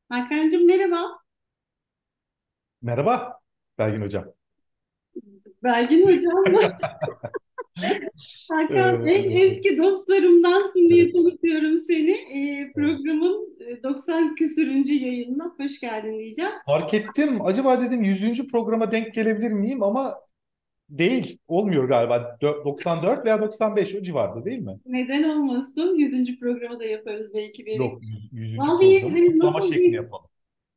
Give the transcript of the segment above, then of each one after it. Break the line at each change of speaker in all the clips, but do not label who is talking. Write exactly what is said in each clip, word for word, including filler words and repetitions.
Hakan'cığım merhaba.
Merhaba Belgin Hocam.
Belgin hocamla Hakan en
Ee,
eski dostlarımdansın diye
evet.
tanıtıyorum seni. Ee,
Evet.
programın e, doksan küsürüncü yayınına hoş geldin diyeceğim.
Fark ettim. Acaba dedim yüzüncü programa denk gelebilir miyim ama değil. Olmuyor galiba. Dö- doksan dört veya doksan beş o civarda değil mi?
Neden olmasın? Yüzüncü programı da yaparız belki
Yok,
birlikte.
yüz- yüzüncü
Vallahi
programı
hani
kutlama
nasıl
şekli
geç,
yapalım.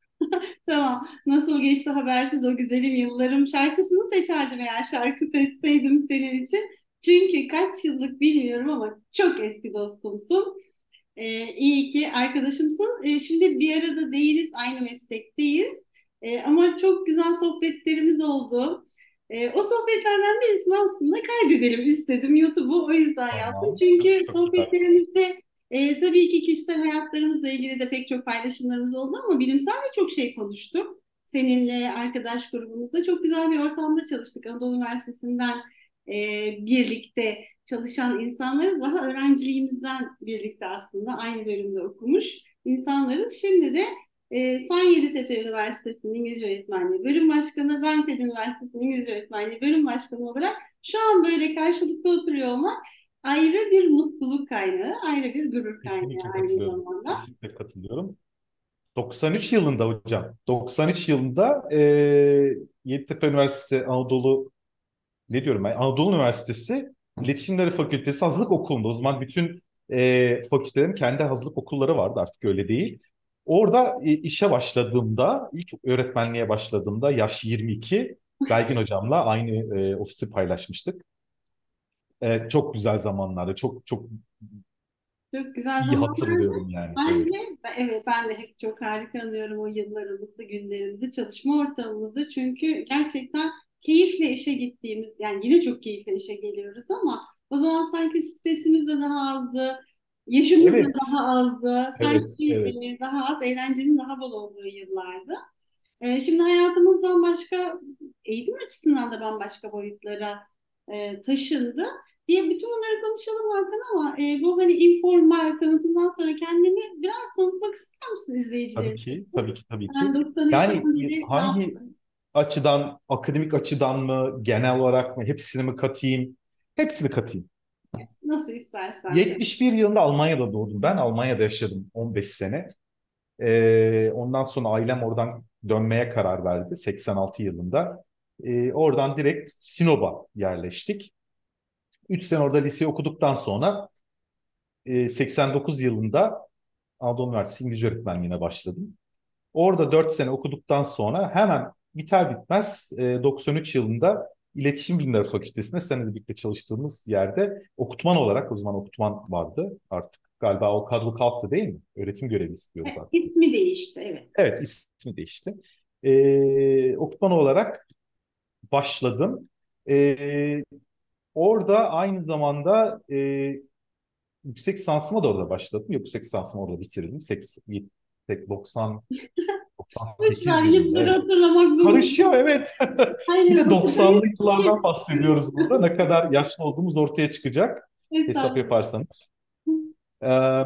tamam, nasıl geçti habersiz o güzelim yıllarım şarkısını seçerdim eğer şarkı seçseydim senin için. Çünkü kaç yıllık bilmiyorum ama çok eski dostumsun. Ee, iyi ki arkadaşımsın. Ee, şimdi bir arada değiliz, aynı meslekteyiz. Ee, ama çok güzel sohbetlerimiz oldu. Ee, o sohbetlerden birisini aslında kaydedelim istedim. YouTube'u o yüzden yaptım.
Tamam. Çok,
Çünkü
çok güzel.
sohbetlerimizde e, tabii ki kişisel hayatlarımızla ilgili de pek çok paylaşımlarımız oldu ama bilimsel de çok şey konuştuk. Seninle arkadaş grubumuzda çok güzel bir ortamda çalıştık. Anadolu Üniversitesi'nden e, birlikte çalışan insanlarız. Daha öğrenciliğimizden birlikte aslında aynı bölümde okumuş insanlarız. Şimdi de e, San Yeditepe Üniversitesi'nin İngilizce Öğretmenliği Bölüm Başkanı, ben TED Üniversitesi'nin İngilizce Öğretmenliği Bölüm Başkanı olarak şu an böyle karşılıklı oturuyor olmak ayrı bir mutluluk kaynağı, ayrı bir gurur kaynağı
Kesinlikle
aynı
katılıyorum.
zamanda.
Kesinlikle katılıyorum. doksan üç yılında hocam. doksan üç yılında e, Yeditepe Üniversitesi Anadolu ne diyorum ben? Anadolu Üniversitesi İletişimleri Fakültesi Hazırlık Okulu'nda. O zaman bütün e, fakültelerin kendi hazırlık okulları vardı, artık öyle değil. Orada e, işe başladığımda, ilk öğretmenliğe başladığımda yaş yirmi iki, Belgin hocamla aynı e, ofisi paylaşmıştık. E, çok güzel zamanlarda, çok çok
Çok güzel
iyi
zamanlardı.
hatırlıyorum yani. Evet.
Bence evet, ben de hep çok harika anıyorum o yıllarımızı, günlerimizi, çalışma ortamımızı. Çünkü gerçekten keyifle işe gittiğimiz, yani yine çok keyifle işe geliyoruz ama o zaman sanki stresimiz de daha azdı, yaşımız da
Evet,
daha azdı. Her
evet,
şey
evet.
e, daha az, eğlencenin daha bol olduğu yıllardı. E, şimdi hayatımız bambaşka, eğitim açısından da bambaşka boyutlara e, taşındı. Bir, bütün bunları konuşalım Hakan ama e, bu hani informal tanıtımdan sonra kendini biraz tanıtmak ister misin
Tabii
izleyicilerimize?
ki, tabii ki, tabii
Ben
ki.
doksan üçten
Yani e,
beri ne
hangi
yaptım?
açıdan, akademik açıdan mı, genel olarak mı, hepsini mi katayım? Hepsini katayım.
Nasıl istersen.
yetmiş bir yılında Almanya'da doğdum ben. Almanya'da yaşadım on beş sene. Ee, ondan sonra ailem oradan dönmeye karar verdi seksen altı yılında. Ee, oradan direkt Sinop'a yerleştik. üç sene orada lise okuduktan sonra e, seksen dokuz yılında Anadolu Üniversitesi İngilizce öğretmenliğine başladım. Orada dört sene okuduktan sonra hemen biter bitmez e, doksan üç yılında İletişim Bilimleri Fakültesi'nde seninle birlikte çalıştığımız yerde okutman olarak, o zaman okutman vardı artık, galiba o kadro kalktı değil mi? Öğretim görevlisi diyoruz
Evet,
artık.
ismi değişti, evet.
Evet, ismi değişti. E, okutman olarak başladım. E, Orada aynı zamanda e, yüksek lisansıma da orada başladım. Yüksek lisansımı orada bitirdim. seksen, doksan, doksan sekiz
Lütfen
yılında,
yılları
evet.
hatırlamak
Karışıyor,
zorundayım.
evet. Bir
Aynen,
de
o kadar
doksanlı
eski
yıllardan
ki.
bahsediyoruz burada. Ne kadar yaşlı olduğumuz ortaya çıkacak hesap
Estağfurullah.
yaparsanız. Ee,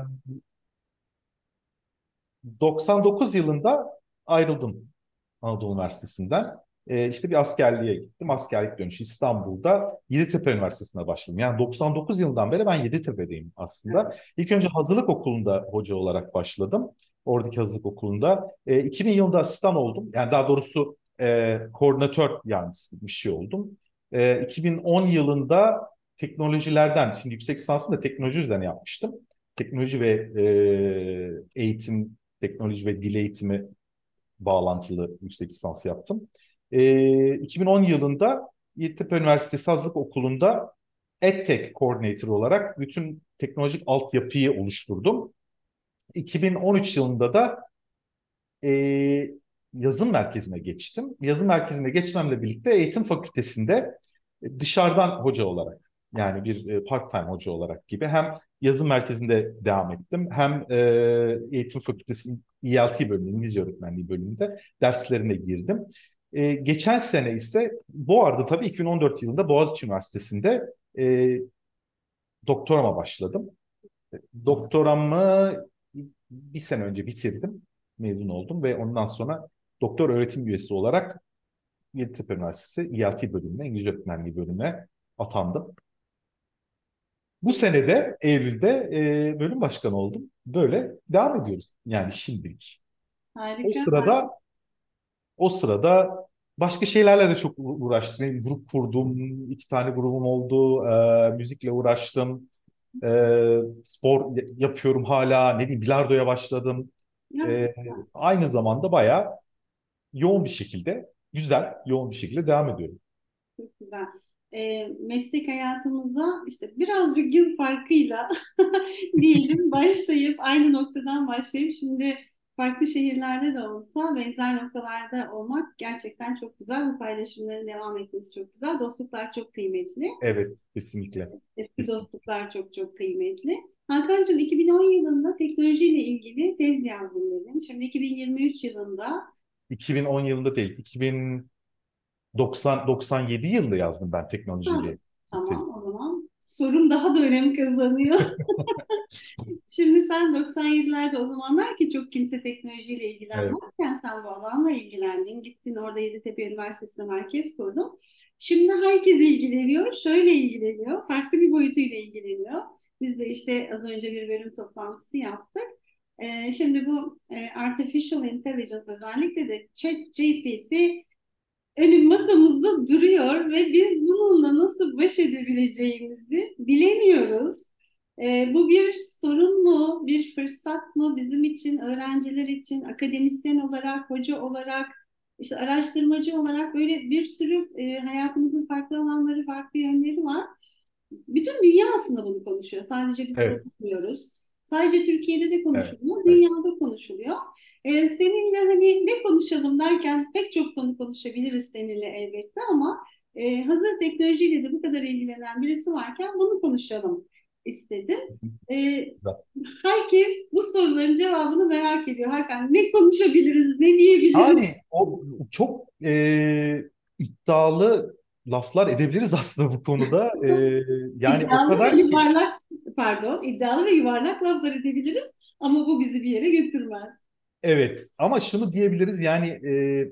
doksan dokuz yılında ayrıldım Anadolu Üniversitesi'nden. Ee, işte bir askerliğe gittim. Askerlik dönüşü İstanbul'da Yeditepe Üniversitesi'ne başladım. Yani doksan dokuz yılından beri ben Yeditepe'deyim aslında. İlk önce hazırlık okulunda hoca olarak başladım. Oradaki hazırlık okulunda. Ee, iki bin yılında asistan oldum. Yani daha doğrusu e, koordinatör yardımcısı bir şey oldum. Ee, iki bin on yılında teknolojilerden, şimdi yüksek lisansımı da teknoloji üzerine yapmıştım. Teknoloji ve e, eğitim, teknoloji ve dil eğitimi bağlantılı yüksek lisans yaptım. Ee, iki bin on yılında Yeditepe Üniversitesi Hazırlık Okulu'nda EdTech Coordinator olarak bütün teknolojik altyapıyı oluşturdum. iki bin on üç yılında da e, yazım merkezine geçtim. Yazım merkezine geçmemle birlikte eğitim fakültesinde e, dışarıdan hoca olarak, yani bir e, part-time hoca olarak gibi, hem yazım merkezinde devam ettim hem e, eğitim fakültesi E L T bölümü, İngilizce öğretmenliği bölümünde derslerine girdim. E, geçen sene ise bu arada tabii iki bin on dört yılında Boğaziçi Üniversitesi'nde e, doktorama başladım. Doktoramı bir sene önce bitirdim. mezun oldum ve ondan sonra doktor öğretim üyesi olarak Yeditepe Üniversitesi E L T bölümüne, İngilizce öğretmenliği bölümüne atandım. Bu senede Eylül'de e, bölüm başkanı oldum. Böyle devam ediyoruz yani şimdilik. O
Harika.
sırada o sırada başka şeylerle de çok uğraştım. Yani grup kurdum, iki tane grubum oldu, e, müzikle uğraştım, e, spor yapıyorum hala, ne diyeyim, bilardoya başladım.
Ya,
E, Aynı zamanda bayağı yoğun bir şekilde, güzel, yoğun bir şekilde devam ediyorum.
çok güzel. Ee, meslek hayatımıza işte birazcık yıl farkıyla diyelim başlayıp aynı noktadan başlayıp şimdi farklı şehirlerde de olsa benzer noktalarda olmak gerçekten çok güzel. Bu paylaşımların devam etmesi çok güzel. Dostluklar çok kıymetli.
Evet, kesinlikle.
Eski
Kesinlikle.
dostluklar çok çok kıymetli. Hakan'cığım iki bin on yılında teknolojiyle ilgili tez yazdım dedin. Şimdi iki bin yirmi üç yılında
iki bin on yılında değil, iki bin doksan doksan yedi yılında yazdım ben
ha,
teknolojiyle tez.
tamam o zaman sorum daha da önem kazanıyor. Şimdi sen doksan yedilerde o zamanlar ki çok kimse teknolojiyle
Evet,
ilgilenmezken sen bu alanla ilgilendin. Gittin orada Yeditepe Üniversitesi'nde merkez kurdun. Şimdi herkes ilgileniyor. Şöyle ilgileniyor. Farklı bir boyutuyla ilgileniyor. Biz de işte az önce bir bölüm toplantısı yaptık. Ee, şimdi bu e, Artificial Intelligence özellikle de ChatGPT önüm masamızda duruyor ve biz bununla nasıl baş edebileceğimizi bilemiyoruz. Ee, bu bir sorun mu, bir fırsat mı bizim için, öğrenciler için, akademisyen olarak, hoca olarak, işte araştırmacı olarak böyle bir sürü e, hayatımızın farklı alanları, farklı yönleri var. Bütün dünya aslında bunu konuşuyor. Sadece biz
evet,
konuşmuyoruz. Sadece Türkiye'de de
evet,
konuşulmuyor,
evet.
dünyada konuşuluyor. Ee, seninle hani ne konuşalım derken pek çok konu konuşabiliriz seninle elbette ama e, hazır teknolojiyle de bu kadar ilgilenen birisi varken bunu konuşalım istedim. Ee, Herkes bu soruların cevabını merak ediyor. Hakan ne konuşabiliriz, ne diyebiliriz?
Yani o çok e, iddialı laflar edebiliriz aslında bu konuda. E, yani o
İddialı ve
kadar ki,
yuvarlak, pardon, iddialı ve yuvarlak laflar edebiliriz ama bu bizi bir yere götürmez.
evet, ama şunu diyebiliriz yani, e,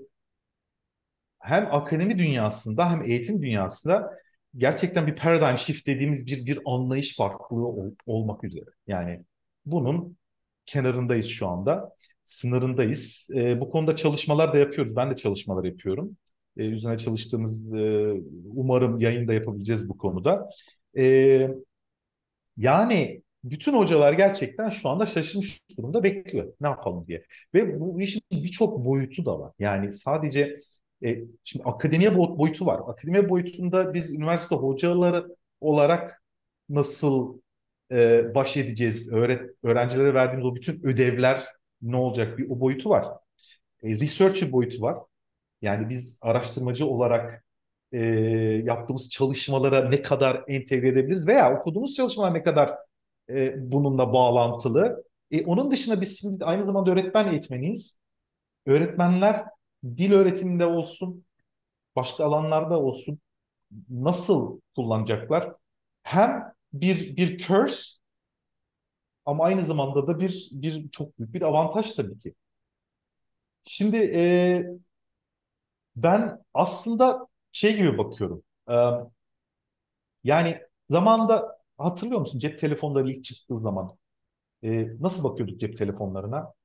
hem akademi dünyasında hem eğitim dünyasında gerçekten bir paradigm shift dediğimiz bir bir anlayış farklılığı ol- olmak üzere. Yani bunun kenarındayız şu anda. Sınırındayız. E, bu konuda çalışmalar da yapıyoruz. Ben de çalışmalar yapıyorum. E, üzerine çalıştığımız, e, umarım yayında yapabileceğiz bu konuda. E, Yani bütün hocalar gerçekten şu anda şaşırmış durumda, bekliyor. Ne yapalım diye. Ve bu işin birçok boyutu da var. Yani sadece e, şimdi akademiye bo- boyutu var. Akademiye boyutunda biz üniversite hocaları olarak nasıl e, baş edeceğiz? Öğret öğrencilere verdiğimiz o bütün ödevler ne olacak? Bir o boyutu var. E, researcher boyutu var. Yani biz araştırmacı olarak e, yaptığımız çalışmalara ne kadar entegre edebiliriz veya okuduğumuz çalışmalar ne kadar e, bununla bağlantılı. E, onun dışında biz şimdi aynı zamanda öğretmen eğitmeniyiz. Öğretmenler dil öğretiminde olsun, başka alanlarda olsun nasıl kullanacaklar? Hem bir bir curse ama aynı zamanda da bir bir çok büyük bir avantaj tabii ki. Şimdi e, ben aslında şey gibi bakıyorum. E, Yani zamanında hatırlıyor musun cep telefonları ilk çıktığı zaman e, nasıl bakıyorduk cep telefonlarına?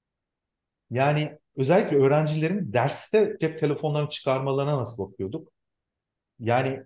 Yani özellikle öğrencilerin derste cep telefonlarını çıkarmalarına nasıl bakıyorduk? Yani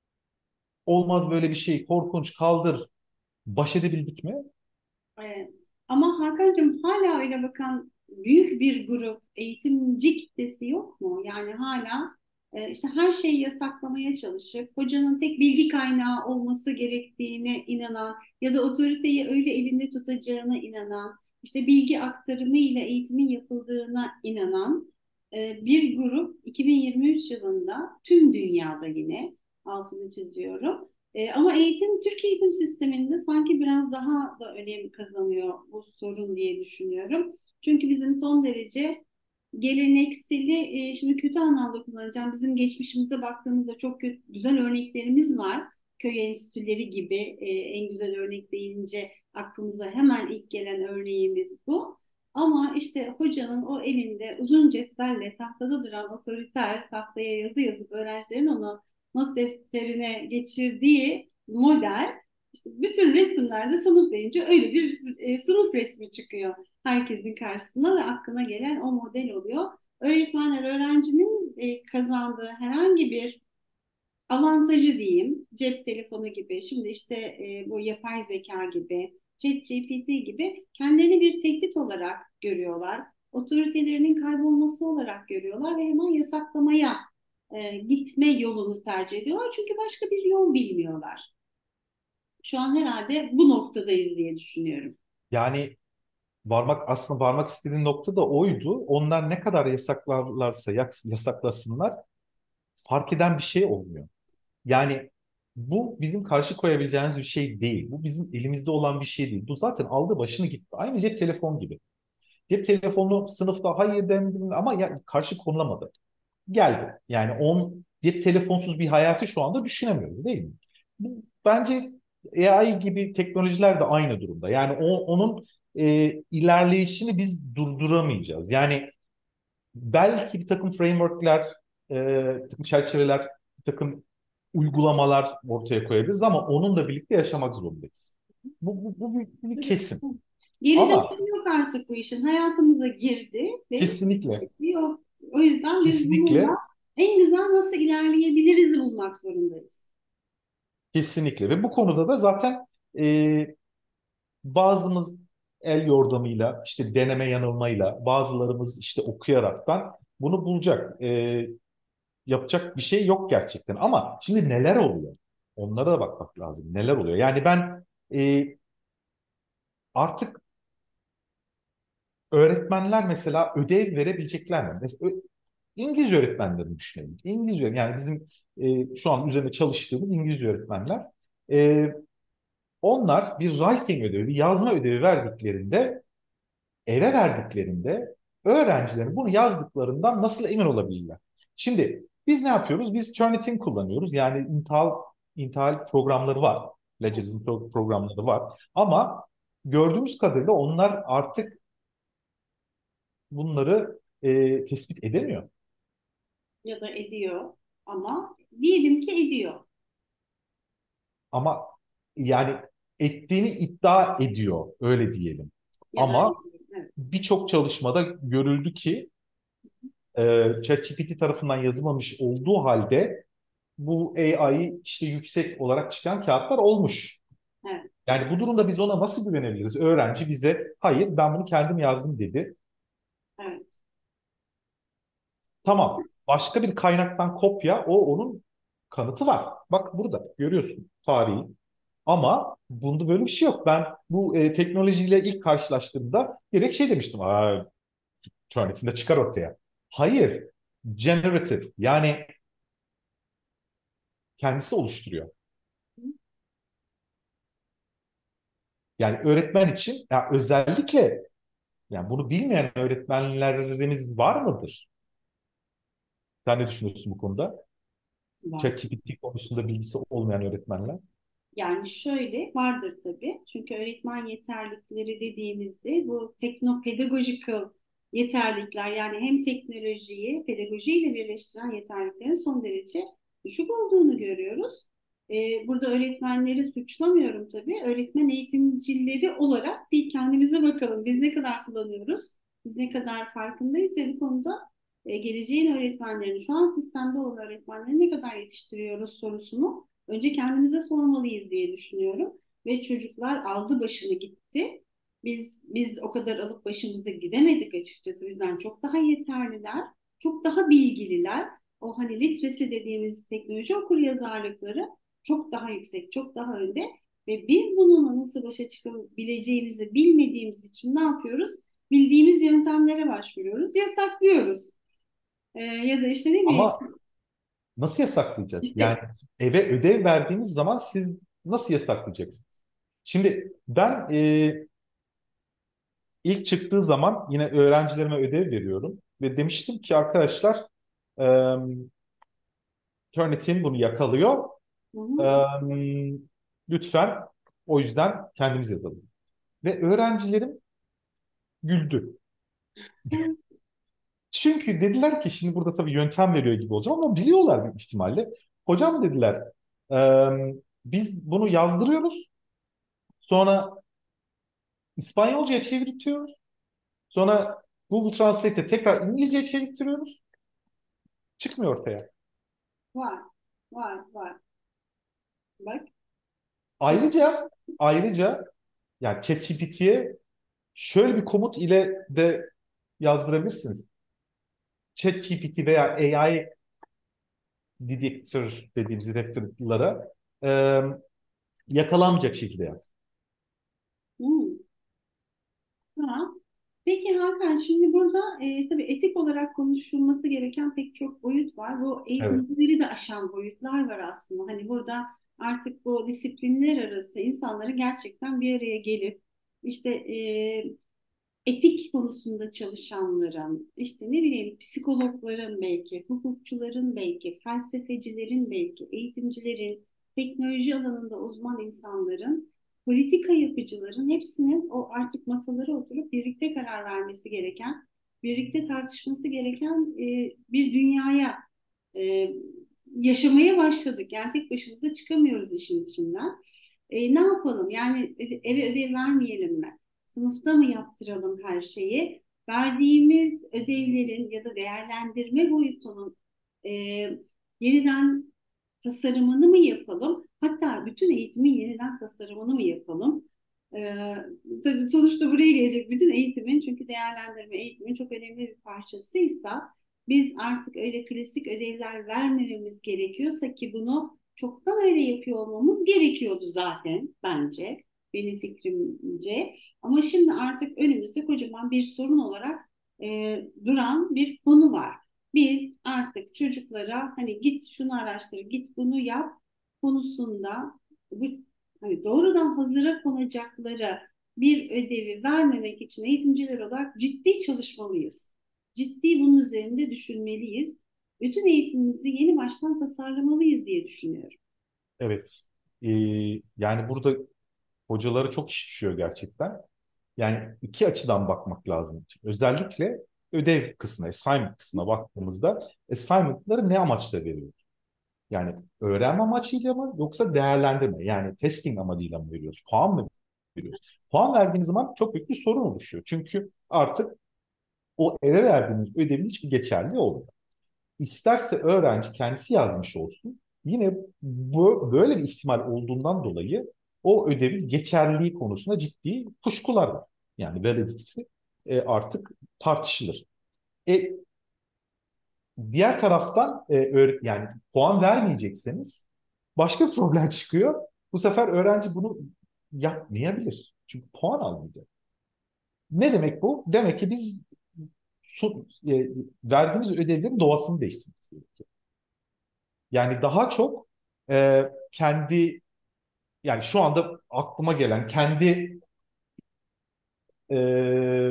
olmaz böyle bir şey, korkunç, kaldır. Baş edebildik mi?
Evet. Ama Hakan'cığım hala öyle bakan büyük bir grup eğitimci kitlesi yok mu? Yani hala e, işte her şeyi yasaklamaya çalışıp hocanın tek bilgi kaynağı olması gerektiğine inanan ya da otoriteyi öyle elinde tutacağına inanan, işte bilgi aktarımı ile eğitimin yapıldığına inanan e, bir grup iki bin yirmi üç yılında tüm dünyada yine altını çiziyorum. E, ama eğitim, Türk eğitim sisteminde sanki biraz daha da önem kazanıyor bu sorun diye düşünüyorum. Çünkü bizim son derece gelenekseli, e, şimdi kötü anlamda kullanacağım. Bizim geçmişimize baktığımızda çok kötü, güzel örneklerimiz var. Köy enstitüleri gibi e, en güzel örnek deyince aklımıza hemen ilk gelen örneğimiz bu. Ama işte hocanın o elinde uzun cetvelle tahtada duran otoriter tahtaya yazı yazıp öğrencilerin onu not defterine geçirdiği model, işte bütün resimlerde sınıf deyince öyle bir e, sınıf resmi çıkıyor herkesin karşısına ve aklına gelen o model oluyor. Öğretmenler öğrencinin e, kazandığı herhangi bir avantajı diyeyim, cep telefonu gibi, şimdi işte e, bu yapay zeka gibi, ChatGPT gibi kendilerini bir tehdit olarak görüyorlar. Otoritelerinin kaybolması olarak görüyorlar ve hemen yasaklamaya e, gitme yolunu tercih ediyorlar. Çünkü başka bir yol bilmiyorlar. Şu an herhalde bu noktadayız diye düşünüyorum.
Yani varmak aslında varmak istediğin nokta da oydu. Onlar ne kadar yasaklarlarsa yak- yasaklasınlar fark eden bir şey olmuyor. Yani bu bizim karşı koyabileceğimiz bir şey değil. Bu bizim elimizde olan bir şey değil. Bu zaten aldı başını gitti. Aynı cep telefon gibi. Cep telefonu sınıfta hayır dendim ama ya, karşı konulamadı. Geldi. Yani on cep telefonsuz bir hayatı şu anda düşünemiyoruz değil mi? Bu, bence A I gibi teknolojiler de aynı durumda. Yani o, onun e, ilerleyişini biz durduramayacağız. Yani belki bir takım frameworkler, e, bir takım çerçeveler, bir takım uygulamalar ortaya koyabiliriz ama onunla birlikte yaşamak zorundayız. Bu, bu, bu, bir, bu bir
Evet.
kesin.
Geri
Ama
dönüşü yok artık bu işin. Hayatımıza girdi ve
kesinlikle,
yok. O yüzden biz bununla
kesinlikle,
en güzel nasıl ilerleyebiliriz bulmak zorundayız.
kesinlikle ve bu konuda da zaten e, bazımız el yordamıyla, işte deneme yanılmayla, bazılarımız işte okuyaraktan bunu bulacak. E, yapacak bir şey yok gerçekten. Ama şimdi neler oluyor? Onlara da bakmak lazım. Neler oluyor? Yani ben e, artık öğretmenler mesela ödev verebilecekler mi? Mesela, ö- İngilizce öğretmenlerini düşünelim. İngilizce yani bizim e, şu an üzerine çalıştığımız İngilizce öğretmenler. E, onlar bir writing ödevi, bir yazma ödevi verdiklerinde, eve verdiklerinde öğrencilerin bunu yazdıklarından nasıl emin olabilirler? Şimdi biz ne yapıyoruz? Biz Turnitin kullanıyoruz. Yani intihal, intihal programları var. Plagiarism pro- programları var. Ama gördüğümüz kadarıyla onlar artık bunları e, tespit edemiyor.
Ya da ediyor ama diyelim ki ediyor.
Ama yani ettiğini iddia ediyor, öyle diyelim.
Ya da
Ama
ediyor. Evet.
birçok çalışmada görüldü ki e, ChatGPT tarafından yazılmamış olduğu halde bu A I işte yüksek olarak çıkan kağıtlar olmuş.
Evet.
Yani bu durumda biz ona nasıl güvenebiliriz? Öğrenci bize hayır ben bunu kendim yazdım dedi.
Evet.
Tamam. Başka bir kaynaktan kopya o onun kanıtı var. Bak burada görüyorsun tarihi. Ama bunda böyle bir şey yok. Ben bu e, teknolojiyle ilk karşılaştığımda direkt şey demiştim. Aa, Turnitin'de çıkar ortaya. Hayır. Generative. Yani kendisi oluşturuyor. Yani öğretmen için ya özellikle yani bunu bilmeyen öğretmenlerimiz var mıdır? Sen ne düşünüyorsun bu konuda?
Var.
ChatGPT konusunda bilgisi olmayan öğretmenler.
Yani şöyle vardır tabii. Çünkü öğretmen yeterlilikleri dediğimizde bu teknopedagogical yeterlilikler, yani hem teknolojiyi pedagojiyle birleştiren yeterliliklerin son derece düşük olduğunu görüyoruz. Ee, burada öğretmenleri suçlamıyorum tabii. Öğretmen eğitimcileri olarak bir kendimize bakalım. Biz ne kadar kullanıyoruz? Biz ne kadar farkındayız ve bu konuda e, geleceğin öğretmenlerini, şu an sistemde olan öğretmenleri ne kadar yetiştiriyoruz sorusunu önce kendimize sormalıyız diye düşünüyorum. Ve çocuklar aldı başını gitti. Biz biz o kadar alıp başımızı gidemedik açıkçası. Bizden çok daha yeterliler, çok daha bilgililer. O hani litresi dediğimiz teknoloji okuryazarlıkları çok daha yüksek, çok daha önde. Ve biz bununla nasıl başa çıkabileceğimizi bilmediğimiz için ne yapıyoruz? Bildiğimiz yöntemlere başvuruyoruz, yasaklıyoruz. Ee, ya da işte ne bileyim,
Ama nasıl yasaklayacağız? Yani
işte
eve ödev verdiğimiz zaman siz nasıl yasaklayacaksınız? Şimdi ben e, ilk çıktığı zaman yine öğrencilerime ödev veriyorum ve demiştim ki arkadaşlar e, Turnitin bunu yakalıyor.
hı
E,
hı,
lütfen o yüzden kendimiz yazalım. Ve öğrencilerim güldü. Çünkü dediler ki şimdi burada tabii yöntem veriyor gibi olacağım ama biliyorlar büyük ihtimalle. Hocam dediler, "Eee, biz bunu yazdırıyoruz. Sonra İspanyolcaya çevirtiyoruz. Sonra Google Translate'te tekrar İngilizceye çevirtiyoruz. Çıkmıyor ortaya."
Var, var, var. Bak.
Ayrıca ayrıca yani ChatGPT'ye şöyle bir komut ile de yazdırabilirsiniz. ChatGPT veya A I dedektör dediğimiz dedektörlara e, yakalanmayacak şekilde yaz.
Hmm, tamam. Peki Hakan, şimdi burada e, tabii etik olarak konuşulması gereken pek çok boyut var. Bu
Evet.
eğitimcileri de aşan boyutlar var aslında. Hani burada artık bu disiplinler arası insanların gerçekten bir araya gelip işte e, etik konusunda çalışanların, işte ne bileyim psikologların belki, hukukçuların belki, felsefecilerin belki, eğitimcilerin, teknoloji alanında uzman insanların, politika yapıcıların hepsinin o artık masalara oturup birlikte karar vermesi gereken, birlikte tartışması gereken e, bir dünyaya e, yaşamaya başladık. Yani tek başımıza çıkamıyoruz işin içinden. E, ne yapalım? Yani eve ödev vermeyelim mi? Sınıfta mı yaptıralım her şeyi? Verdiğimiz ödevlerin ya da değerlendirme boyutunun e, yeniden tasarımını mı yapalım? Hatta bütün eğitimin yeniden tasarımını mı yapalım? Ee, tabii sonuçta buraya gelecek bütün eğitimin, çünkü değerlendirme eğitimin çok önemli bir parçasıysa biz artık öyle klasik ödevler vermememiz gerekiyorsa, ki bunu çoktan öyle yapıyor olmamız gerekiyordu zaten bence, benim fikrimce. Ama şimdi artık önümüzde kocaman bir sorun olarak e, duran bir konu var. Biz artık çocuklara hani git şunu araştır, git bunu yap konusunda bu hani doğrudan hazıra konacakları bir ödevi vermemek için eğitimciler olarak ciddi çalışmalıyız. Ciddi bunun üzerinde düşünmeliyiz. Bütün eğitimimizi yeni baştan tasarlamalıyız diye düşünüyorum.
Evet. Ee, yani burada hocalara çok iş düşüyor gerçekten. Yani iki açıdan bakmak lazım. Özellikle ödev kısmına, assignment kısmına baktığımızda assignment'ları ne amaçla veriyoruz? Yani öğrenme amacıyla mı yoksa değerlendirme? Yani testing amacıyla mı veriyoruz? Puan mı veriyoruz? Puan verdiğiniz zaman çok büyük bir sorun oluşuyor. Çünkü artık o eve verdiğiniz ödevin hiçbir geçerli olmuyor. İsterse öğrenci kendisi yazmış olsun. Yine bu, böyle bir ihtimal olduğundan dolayı o ödevin geçerliliği konusunda ciddi kuşkular var. Yani validitesi e, artık tartışılır. E, diğer taraftan e, öğret yani puan vermeyecekseniz başka bir problem çıkıyor. Bu sefer öğrenci bunu yapmayabilir. Çünkü puan almayacak. Ne demek bu? Demek ki biz su, e, verdiğimiz ödevlerin doğasını değiştirmemiz gerekiyor. Yani daha çok e, kendi yani şu anda aklıma gelen kendi e,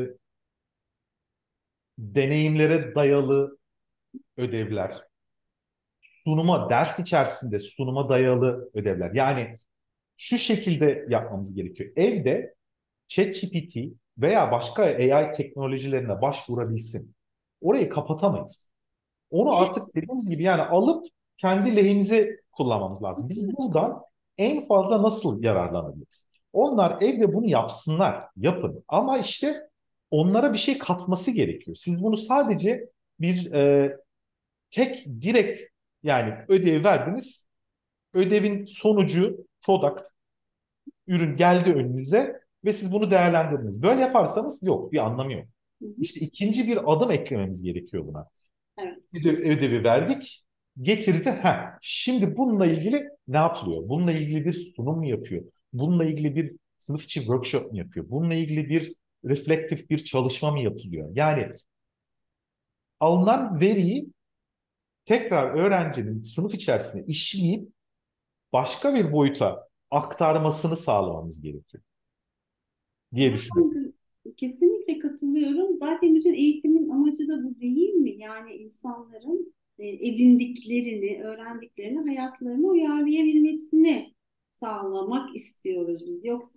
deneyimlere dayalı ödevler, sunuma, ders içerisinde sunuma dayalı ödevler. Yani şu şekilde yapmamız gerekiyor. Evde ChatGPT veya başka A I teknolojilerine başvurabilsin. Orayı kapatamayız. Onu artık dediğimiz gibi yani alıp kendi lehimize kullanmamız lazım. Biz buradan en fazla nasıl yararlanabiliriz? Onlar evde bunu yapsınlar, yapın. Ama işte onlara bir şey katması gerekiyor. Siz bunu sadece bir e, tek direkt yani ödevi verdiniz. Ödevin sonucu, product, ürün geldi önünüze ve siz bunu değerlendirdiniz. Böyle yaparsanız yok, bir anlamı yok.
Hı hı.
İşte ikinci bir adım eklememiz gerekiyor buna.
Evet.
Ödevi, ödevi verdik, getirdi. Ha, şimdi bununla ilgili ne yapılıyor? Bununla ilgili bir sunum mu yapıyor? Bununla ilgili bir sınıf içi workshop mu yapıyor? Bununla ilgili bir reflektif bir çalışma mı yapılıyor? Yani alınan veriyi tekrar öğrencinin sınıf içerisinde işleyip başka bir boyuta aktarmasını sağlamamız gerekiyor diye düşünüyorum.
Ben kesinlikle katılıyorum. Zaten bütün eğitimin amacı da bu değil mi? Yani insanların e, edindiklerini, öğrendiklerini hayatlarına uyarlayabilmesini sağlamak istiyoruz biz. Yoksa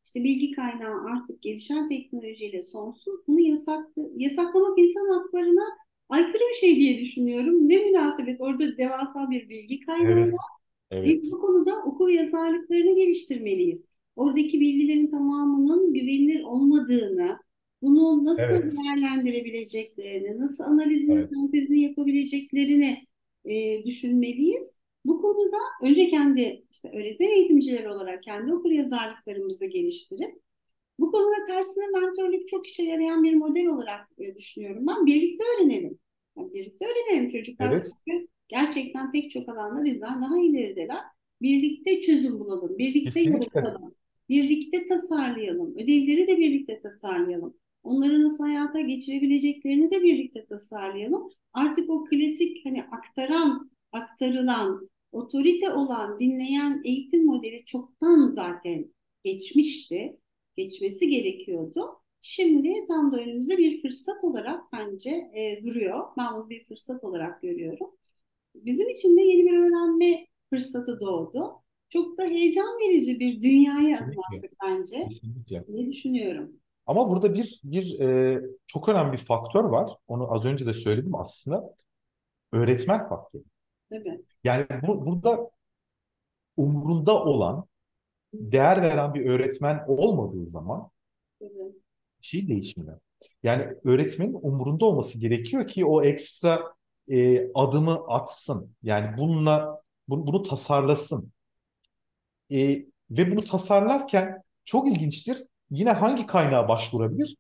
İşte bilgi kaynağı artık gelişen teknolojiyle sonsuz. Bunu yasak, yasaklamak insan haklarına aykırı bir şey diye düşünüyorum. Ne münasebet, orada devasa bir bilgi kaynağı.
Evet,
Biz
evet,
bu konuda okur yazarlıklarını geliştirmeliyiz. Oradaki bilgilerin tamamının güvenilir olmadığını, bunu nasıl
evet,
değerlendirebileceklerini, nasıl analizini,
evet,
sentezini yapabileceklerini e, düşünmeliyiz. Bu konuda önce kendi işte öğretmen eğitimcileri olarak kendi okur yazarlıklarımızı geliştirip bu konuda tersine mentörlük çok işe yarayan bir model olarak e, düşünüyorum ben. Birlikte öğrenelim. Yani birlikte öğrenelim. Çocuklar
evet,
çünkü gerçekten pek çok alanda bizden daha ilerideler. Birlikte çözüm bulalım, birlikte
kesinlikle.
yaratalım, birlikte tasarlayalım. Ödevleri de birlikte tasarlayalım. Onları nasıl hayata geçirebileceklerini de birlikte tasarlayalım. Artık o klasik hani aktaran, aktarılan, otorite olan, dinleyen eğitim modeli çoktan zaten geçmişti, geçmesi gerekiyordu. Şimdi tam da önümüzde bir fırsat olarak bence e, duruyor. Ben bunu bir fırsat olarak görüyorum. Bizim için de yeni bir öğrenme fırsatı doğdu. Çok da heyecan verici bir dünyaya adım
Kesinlikle.
attık bence.
Kesinlikle.
Ne düşünüyorum?
Ama burada bir bir e, çok önemli bir faktör var. Onu az önce de söyledim aslında. Öğretmen faktörü.
Tabii.
Yani bu, burada umrunda olan, değer veren bir öğretmen olmadığı zaman
Tabii.
bir şey değişmiyor. Yani öğretmenin umurunda olması gerekiyor ki o ekstra e, adımı atsın. Yani bununla bunu, bunu tasarlasın. E, ve bunu tasarlarken çok ilginçtir. Yine hangi kaynağa başvurabilir?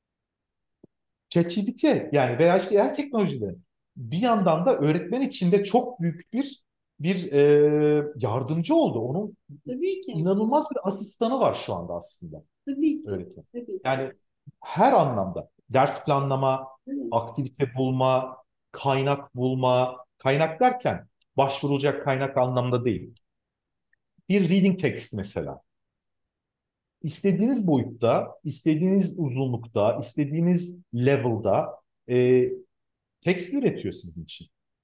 ChatGPT yani veya işte diğer teknolojilerin. Bir yandan da öğretmen için de çok büyük bir bir e, yardımcı oldu. Onun
Tabii ki.
inanılmaz bir asistanı var şu anda aslında
Tabii ki.
öğretmen.
Tabii ki.
Yani her anlamda ders planlama,
Tabii.
aktivite bulma, kaynak bulma, kaynak derken başvurulacak kaynak anlamda değil. Bir reading text mesela. İstediğiniz boyutta, istediğiniz uzunlukta, istediğiniz level'da e, text üretiyor sizin için.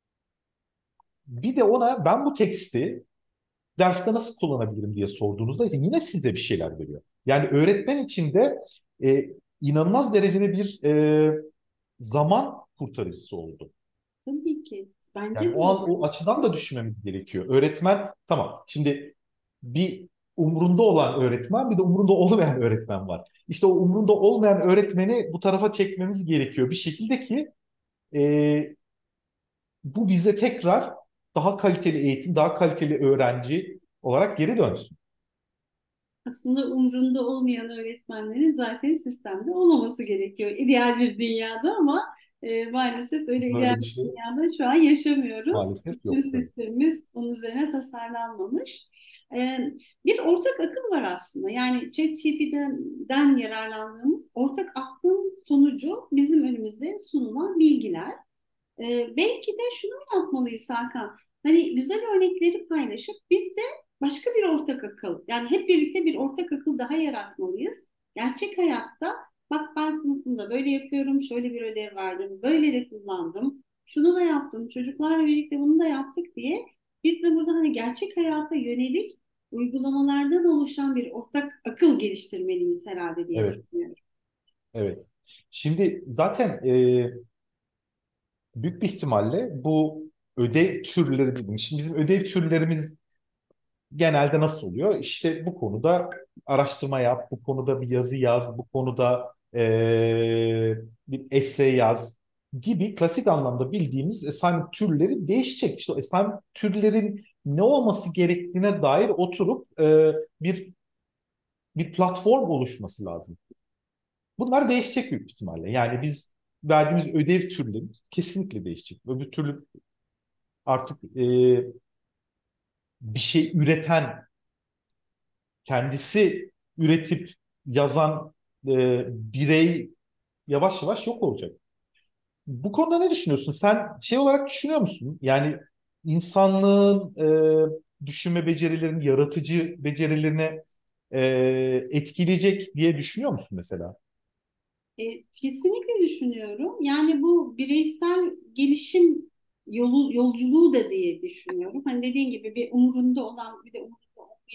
Bir de ona ben bu teksti derste nasıl kullanabilirim diye sorduğunuzda yine size bir şeyler veriyor. Yani öğretmen için de e, inanılmaz derecede bir e, zaman kurtarıcısı oldu.
Tabii ki.
Yani
Bence de
o an
öyle.
o açıdan da düşünmemiz gerekiyor. Öğretmen tamam. Şimdi bir umrunda olan öğretmen bir de umrunda olmayan öğretmen var. İşte o umrunda olmayan öğretmeni bu tarafa çekmemiz gerekiyor bir şekilde ki e, bu bize tekrar daha kaliteli eğitim, daha kaliteli öğrenci olarak geri dönsün.
Aslında umrunda olmayan öğretmenlerin zaten sistemde olmaması gerekiyor. İdeal bir dünyada ama e, maalesef öyle ideal
Böyle bir
bir
şey
dünyada şu an yaşamıyoruz.
maalesef
Bütün
yok tabii.
sistemimiz onun üzerine tasarlanmamış. E, bir ortak akıl var aslında. Yani ChatGPT'den yararlandığımız ortak aklın sonucu bizim önümüze sunulan bilgiler. Ee, belki de şunu mu yapmalıyız Hakan? Hani güzel örnekleri paylaşıp biz de başka bir ortak akıl, yani hep birlikte bir ortak akıl daha yaratmalıyız. Gerçek hayatta bak ben sınıfımda böyle yapıyorum, şöyle bir ödev verdim, böyle de kullandım, şunu da yaptım, çocuklarla birlikte bunu da yaptık diye biz de burada hani gerçek hayata yönelik uygulamalardan oluşan bir ortak akıl geliştirmeliyiz herhalde diye
Evet,
düşünüyorum.
evet. Şimdi zaten e, büyük bir ihtimalle bu ödev türleri dedim. Şimdi bizim ödev türlerimiz genelde nasıl oluyor? İşte bu konuda araştırma yap, bu konuda bir yazı yaz, bu konuda eee, bir essay yaz gibi klasik anlamda bildiğimiz assignment türleri değişecek. İşte o assignment türlerin ne olması gerektiğine dair oturup eee, bir bir platform oluşması lazım. Bunlar değişecek büyük ihtimalle. Yani biz verdiğimiz ödev türleri kesinlikle değişecek. Öbür türlü artık eee, bir şey üreten kendisi üretip yazan e, birey yavaş yavaş yok olacak. Bu konuda ne düşünüyorsun? Sen şey olarak düşünüyor musun? Yani insanlığın e, düşünme becerilerini, yaratıcı becerilerini e, etkileyecek diye düşünüyor musun mesela?
E, kesinlikle düşünüyorum. Yani bu bireysel gelişim yolu, yolculuğu da diye düşünüyorum. Hani dediğin gibi bir umurunda olan bir de umurunda olmayan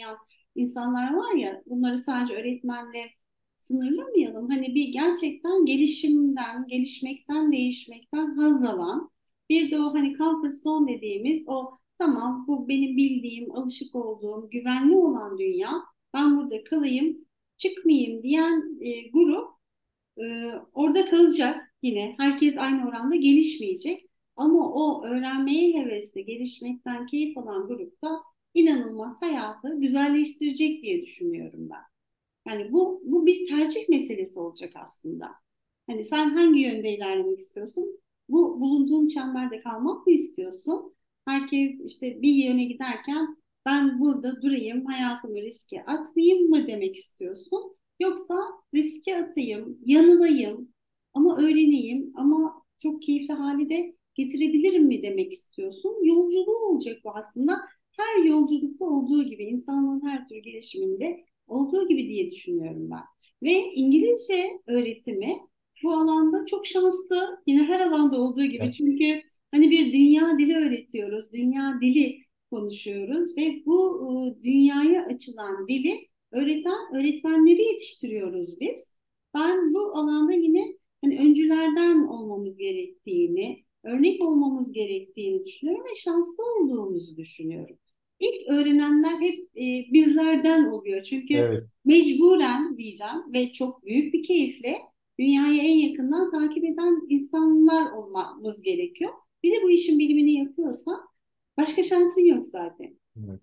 insanlar var ya, bunları sadece öğretmenle sınırlamayalım. Hani bir gerçekten gelişimden, gelişmekten, değişmekten haz alan, bir de o hani comfort zone dediğimiz o, tamam bu benim bildiğim, alışık olduğum, güvenli olan dünya, ben burada kalayım, çıkmayayım diyen e, grup e, orada kalacak yine. Herkes aynı oranda gelişmeyecek. Ama o öğrenmeye hevesli, gelişmekten keyif alan grupta inanılmaz hayatı güzelleştirecek diye düşünüyorum ben. Yani bu, bu bir tercih meselesi olacak aslında. Hani sen hangi yönde ilerlemek istiyorsun? Bu bulunduğun çemberde kalmak mı istiyorsun? Herkes işte bir yöne giderken ben burada durayım, hayatımı riske atmayayım mı demek istiyorsun? Yoksa riske atayım, yanılayım ama öğreneyim ama çok keyifli hali de getirebilirim mi demek istiyorsun? Yolculuğu olacak bu aslında. Her yolculukta olduğu gibi, insanlığın her türlü gelişiminde olduğu gibi diye düşünüyorum ben. Ve İngilizce öğretimi bu alanda çok şanslı. Yine her alanda olduğu gibi.
Evet.
Çünkü hani bir dünya dili öğretiyoruz. Dünya dili konuşuyoruz ve bu e, dünyaya açılan dili öğreten öğretmenleri yetiştiriyoruz biz. Ben bu alanda yine hani öncülerden olmamız gerektiğini, örnek olmamız gerektiğini düşünüyorum ve şanslı olduğumuzu düşünüyorum. İlk öğrenenler hep e, bizlerden oluyor. Çünkü
Evet.
mecburen diyeceğim ve çok büyük bir keyifle dünyayı en yakından takip eden insanlar olmamız gerekiyor. Bir de bu işin bilimini yapıyorsa başka şansın yok zaten.
Evet.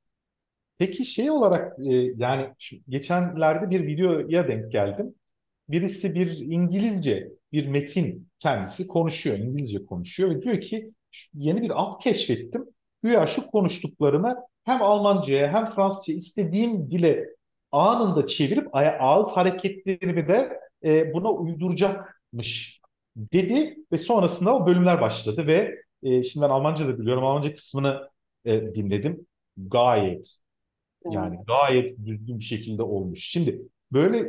Peki şey olarak e, yani şu, geçenlerde bir videoya denk geldim. Birisi bir İngilizce bir metin kendisi konuşuyor, İngilizce konuşuyor ve diyor ki yeni bir app keşfettim. Güya şu konuştuklarını hem Almanca'ya hem Fransızca istediğim dile anında çevirip ağız hareketlerimi de e, buna uyduracakmış dedi ve sonrasında o bölümler başladı ve e, şimdi ben Almanca da biliyorum. Almanca kısmını e, dinledim. Gayet yani gayet düzgün bir şekilde olmuş. Şimdi böyle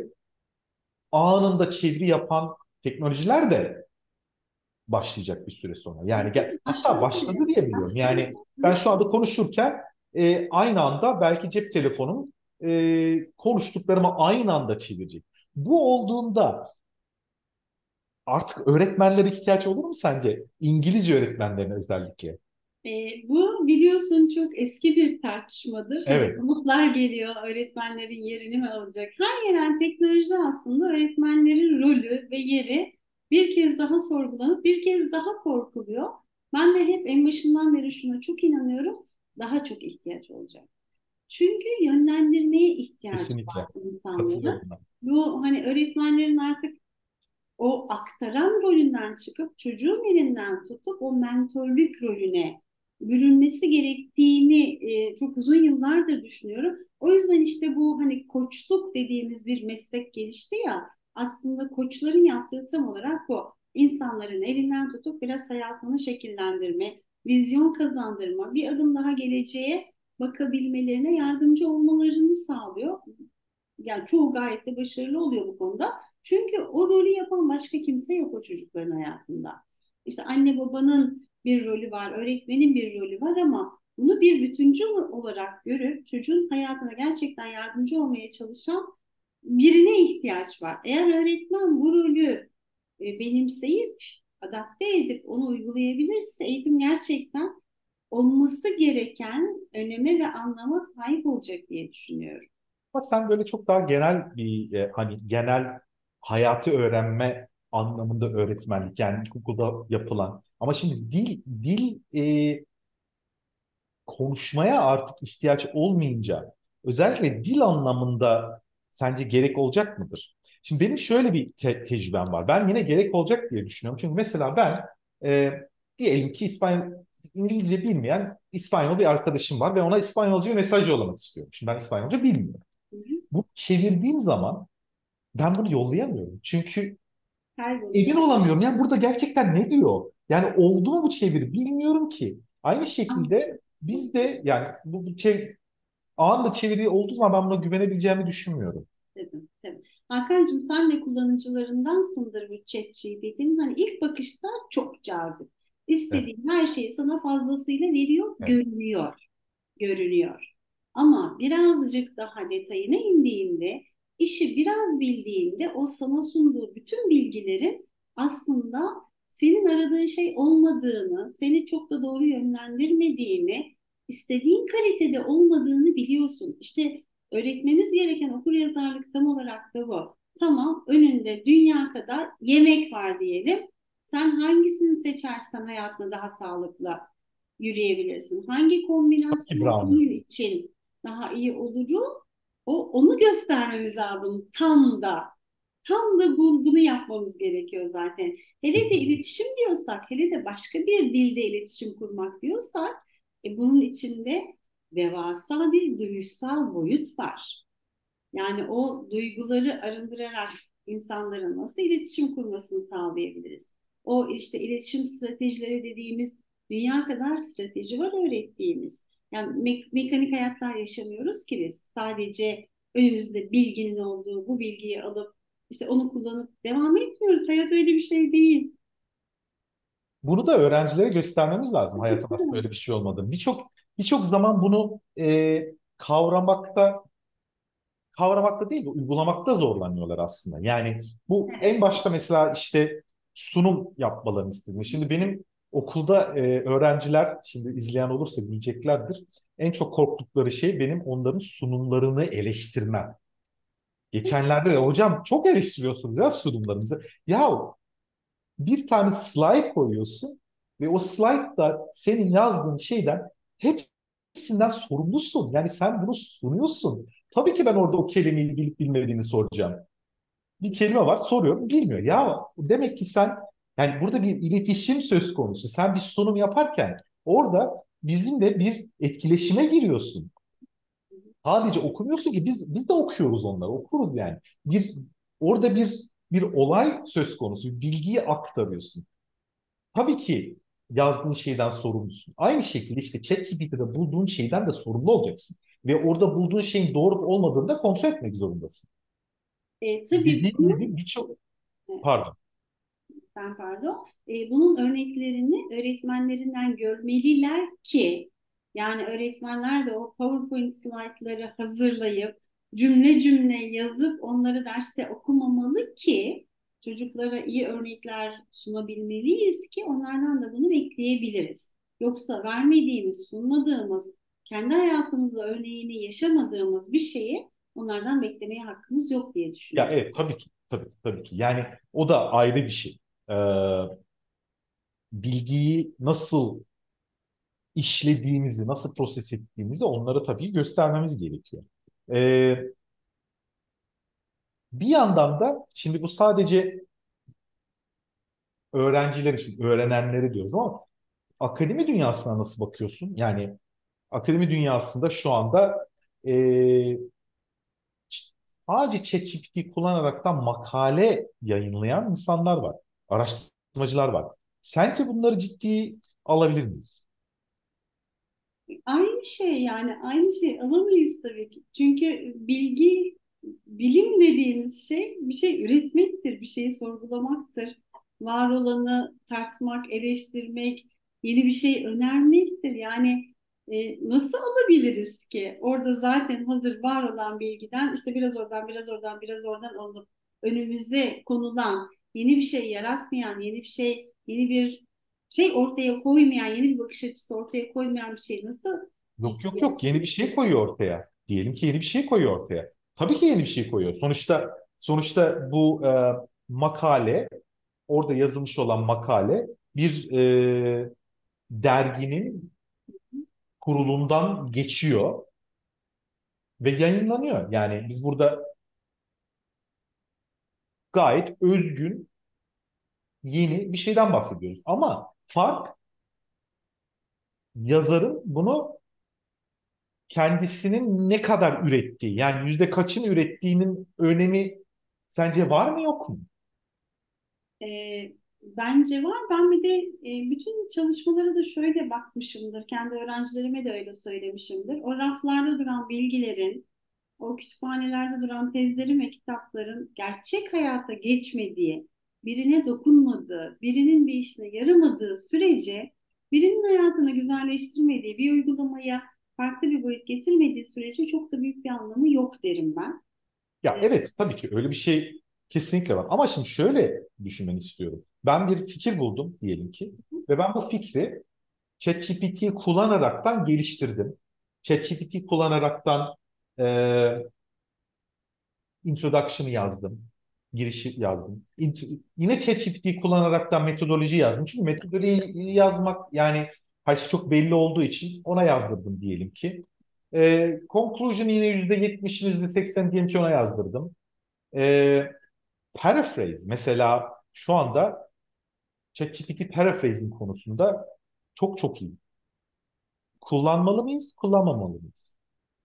anında çeviri yapan teknolojiler de başlayacak bir süre sonra. Yani gel, hatta
Başladı
başladı
bile.
diye biliyorum.
Başladı.
Yani ben şu anda konuşurken e, aynı anda belki cep telefonum e, konuştuklarımı aynı anda çevirecek. Bu olduğunda artık öğretmenlere ihtiyaç olur mu sence? İngilizce öğretmenlerine özellikle.
E, bu biliyorsun çok eski bir tartışmadır. Hani
Evet.
umutlar geliyor, öğretmenlerin yerini mi alacak? Her gelen teknolojide aslında öğretmenlerin rolü ve yeri bir kez daha sorgulanıp bir kez daha korkuluyor. Ben de hep en başından beri şuna çok inanıyorum. Daha çok ihtiyaç olacak. Çünkü yönlendirmeye ihtiyacı
Kesinlikle.
var insanların.
Katılıyorum ben.
Bu hani öğretmenlerin artık o aktaran rolünden çıkıp çocuğun elinden tutup o mentörlük rolüne bürünmesi gerektiğini e, çok uzun yıllardır düşünüyorum. O yüzden işte bu hani koçluk dediğimiz bir meslek gelişti ya, aslında koçların yaptığı tam olarak bu. İnsanların elinden tutup biraz hayatını şekillendirme, vizyon kazandırma, bir adım daha geleceğe bakabilmelerine yardımcı olmalarını sağlıyor. Yani çoğu gayet de başarılı oluyor bu konuda. Çünkü o rolü yapan başka kimse yok o çocukların hayatında. İşte anne babanın bir rolü var, öğretmenin bir rolü var ama bunu bir bütüncül olarak görüp çocuğun hayatına gerçekten yardımcı olmaya çalışan birine ihtiyaç var. Eğer öğretmen bu rolü e, benimseyip adapte edip onu uygulayabilirse eğitim gerçekten olması gereken öneme ve anlama sahip olacak diye düşünüyorum.
Ama sen böyle çok daha genel bir e, hani genel hayatı öğrenme anlamında öğretmenlik yani ilkokulda yapılan ama şimdi dil dil e, konuşmaya artık ihtiyaç olmayınca özellikle dil anlamında sence gerek olacak mıdır? Şimdi benim şöyle bir te- tecrübem var. Ben yine gerek olacak diye düşünüyorum. Çünkü mesela ben e, diyelim ki İspanyol İngilizce bilmeyen İspanyol bir arkadaşım var ve ona İspanyolca bir mesaj yollamak istiyorum. Şimdi ben İspanyolca bilmiyorum.
Hı hı.
Bu çevirdiğim zaman ben bunu yollayamıyorum. Çünkü emin
Kayboluyor.
olamıyorum. Yani burada gerçekten ne diyor? Yani oldu mu bu çeviri bilmiyorum ki. Aynı şekilde biz de yani bu, bu çev anında çeviri olduğu zaman ben buna güvenebileceğimi düşünmüyorum.
Dedim, tabii. Hakan'cığım sen de kullanıcılarındansındır bu ChatGPT'nin. Hani ilk bakışta çok cazip.
Evet,
İstediğin her şeyi sana fazlasıyla veriyor,
evet.
görünüyor. Görünüyor. Ama birazcık daha detayına indiğinde, işi biraz bildiğinde o sana sunduğu bütün bilgilerin aslında senin aradığın şey olmadığını, seni çok da doğru yönlendirmediğini, istediğin kalitede olmadığını biliyorsun. İşte öğretmeniz gereken okuryazarlık tam olarak da bu. Tamam, önünde dünya kadar yemek var diyelim. Sen hangisini seçersen hayatında daha sağlıklı yürüyebilirsin. Hangi
Ki
kombinasyon
brownie.
senin için daha iyi oluru, o onu göstermemiz lazım tam da. Tam da bu, bunu yapmamız gerekiyor zaten. Hele de
Kesinlikle.
iletişim diyorsak, hele de başka bir dilde iletişim kurmak diyorsak, e, bunun içinde devasa bir duygusal boyut var. Yani o duyguları arındırarak insanların nasıl iletişim kurmasını sağlayabiliriz? O işte iletişim stratejileri dediğimiz dünya kadar strateji var öğrettiğimiz. Yani me- mekanik hayatlar yaşamıyoruz ki biz. Sadece önümüzde bilginin olduğu bu bilgiyi alıp işte onu kullanıp devam etmiyoruz. Hayat öyle bir şey değil.
Bunu da öğrencilere göstermemiz lazım hayatın aslında öyle bir şey olmadığını. Birçok birçok zaman bunu e, kavramakta kavramakta değil de uygulamakta zorlanıyorlar aslında. Yani bu
Evet.
en başta mesela işte sunum yapmalarını istedim. Şimdi benim okulda e, öğrenciler şimdi izleyen olursa bileceklerdir. En çok korktukları şey benim onların sunumlarını eleştirmem. Geçenlerde de hocam çok eleştiriyorsunuz ya sunumlarımızı. Ya bir tane slide koyuyorsun ve o slide'da senin yazdığın şeyden hepsinden sorumlusun. Yani sen bunu sunuyorsun. Tabii ki ben orada o kelimeyi bilip bilmediğini soracağım. Bir kelime var soruyorum bilmiyor. Ya demek ki sen yani burada bir iletişim söz konusu. Sen bir sunum yaparken orada bizimle bir etkileşime giriyorsun. Sadece okumuyorsun ki biz biz de okuyoruz onları. Okuruz yani. Bir orada bir bir olay söz konusu. Bir bilgiyi aktarıyorsun. Tabii ki yazdığın şeyden sorumlusun. Aynı şekilde işte ChatGPT'de bulduğun şeyden de sorumlu olacaksın. Ve orada bulduğun şeyin doğru olmadığını da kontrol etmek zorundasın.
E, tabii
Dediğim
bunu
gibi birçok pardon.
ben pardon. E, bunun örneklerini öğretmenlerinden görmeliler ki yani öğretmenler de o PowerPoint slaytları hazırlayıp cümle cümle yazıp onları derste okumamalı ki çocuklara iyi örnekler sunabilmeliyiz ki onlardan da bunu bekleyebiliriz. Yoksa vermediğimiz, sunmadığımız, kendi hayatımızda örneğini yaşamadığımız bir şeyi onlardan beklemeye hakkımız yok diye
Ya
düşünüyorum.
evet tabii ki tabii tabii ki. Yani o da ayrı bir şey. Ee, bilgiyi nasıl işlediğimizi, nasıl proses ettiğimizi onlara tabii göstermemiz gerekiyor. Ee, bir yandan da şimdi bu sadece öğrenciler için, öğrenenleri diyoruz ama akademi dünyasına nasıl bakıyorsun? Yani akademi dünyasında şu anda e, sadece ChatGPT kullanaraktan makale yayınlayan insanlar var. Araştırmacılar var. Sence bunları ciddi alabilir miyiz?
Aynı şey yani aynı şey alamayız tabii ki. Çünkü bilgi, bilim dediğimiz şey bir şey üretmektir, bir şeyi sorgulamaktır. Var olanı tartmak, eleştirmek, yeni bir şey önermektir. Yani e, nasıl alabiliriz ki? Orada zaten hazır var olan bilgiden işte biraz oradan, biraz oradan, biraz oradan alıp önümüze konulan yeni bir şey yaratmayan, yeni bir şey, yeni bir şey ortaya koymayan, yeni bir bakış açısı ortaya koymayan bir şey nasıl
Yok yok
ciddiye
yok yeni bir şey koyuyor ortaya. Diyelim ki yeni bir şey koyuyor ortaya. Tabii ki yeni bir şey koyuyor. Sonuçta sonuçta bu e, makale orada yazılmış olan makale bir e, derginin kurulundan geçiyor ve yayınlanıyor. Yani biz burada gayet özgün yeni bir şeyden bahsediyoruz. Ama fark yazarın bunu kendisinin ne kadar ürettiği, yani yüzde kaçını ürettiğinin önemi sence var mı yok mu?
E, bence var. Ben bir de e, bütün çalışmalara da şöyle bakmışımdır. Kendi öğrencilerime de öyle söylemişimdir. O raflarda duran bilgilerin, o kütüphanelerde duran tezlerin ve kitapların gerçek hayata geçmediği, birine dokunmadığı, birinin bir işine yaramadığı sürece birinin hayatını güzelleştirmediği bir uygulamaya farklı bir boyut getirmediği sürece çok da büyük bir anlamı yok derim ben.
Ya
E,
evet, tabii ki öyle bir şey kesinlikle var. Ama şimdi şöyle düşünmeni istiyorum. Ben bir fikir buldum diyelim ki ve ben bu fikri ChatGPT kullanaraktan geliştirdim. ChatGPT kullanaraktan e, introduction'ı yazdım. Girişi yazdım. Int- yine ChatGPT kullanaraktan metodoloji yazdım. Çünkü metodolojiyi yazmak, yani her şey çok belli olduğu için ona yazdırdım diyelim ki. E, conclusion yine yüzde yetmişin yüzde seksen diyelim ki ona yazdırdım. E, paraphrase mesela şu anda ChatGPT paraphrasing konusunda çok çok iyi. Kullanmalı mıyız, kullanmamalı mıyız?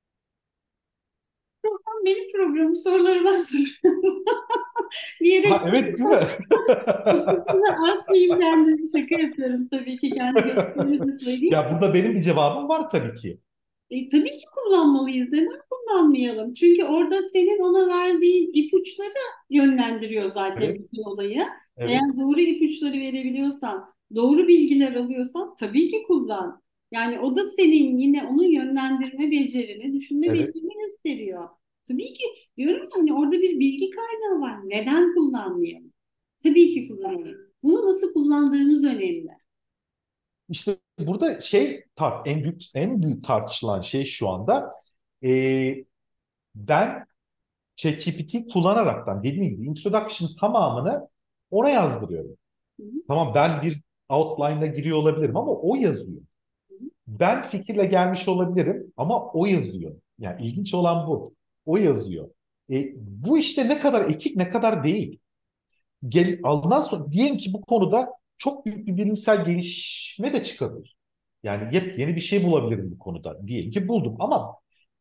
Program benim programım, soruları bana soruyorsun diyerek
Ha, evet, değil mi?
ikisini atmayayım, kendimi şaka yapıyorum tabii ki, kendi görüşlerimi de söyleyeyim.
Ya burada benim bir cevabım var tabii ki.
E, tabii ki kullanmalıyız. Neden kullanmayalım? Çünkü orada senin ona verdiğin ipuçları yönlendiriyor zaten
Evet,
bütün olayı. Eğer
evet,
doğru ipuçları verebiliyorsan, doğru bilgiler alıyorsan tabii ki kullan. Yani o da senin yine onu yönlendirme becerini, düşünme
evet.
becerini gösteriyor. Tabii ki diyorum ya, hani orada bir bilgi kaynağı var. Neden kullanmayalım? Tabii ki kullanalım. Bunu nasıl kullandığımız önemli.
İşte burada şey tart en büyük en büyük tartışılan şey şu anda, e, ben ChatGPT kullanaraktan dediğim gibi introduction tamamını ona yazdırıyorum.
Hı hı,
Tamam, ben bir outline'la giriyor olabilirim ama o yazıyor.
hı hı.
Ben fikirle gelmiş olabilirim ama o yazıyor. Yani ilginç olan bu. O yazıyor. E, bu işte ne kadar etik ne kadar değil. Gel, alınan sonra diyelim ki bu konuda çok büyük bir bilimsel gelişme de çıkabilir. Yani yepyeni bir şey bulabilirim bu konuda. Diyelim ki buldum ama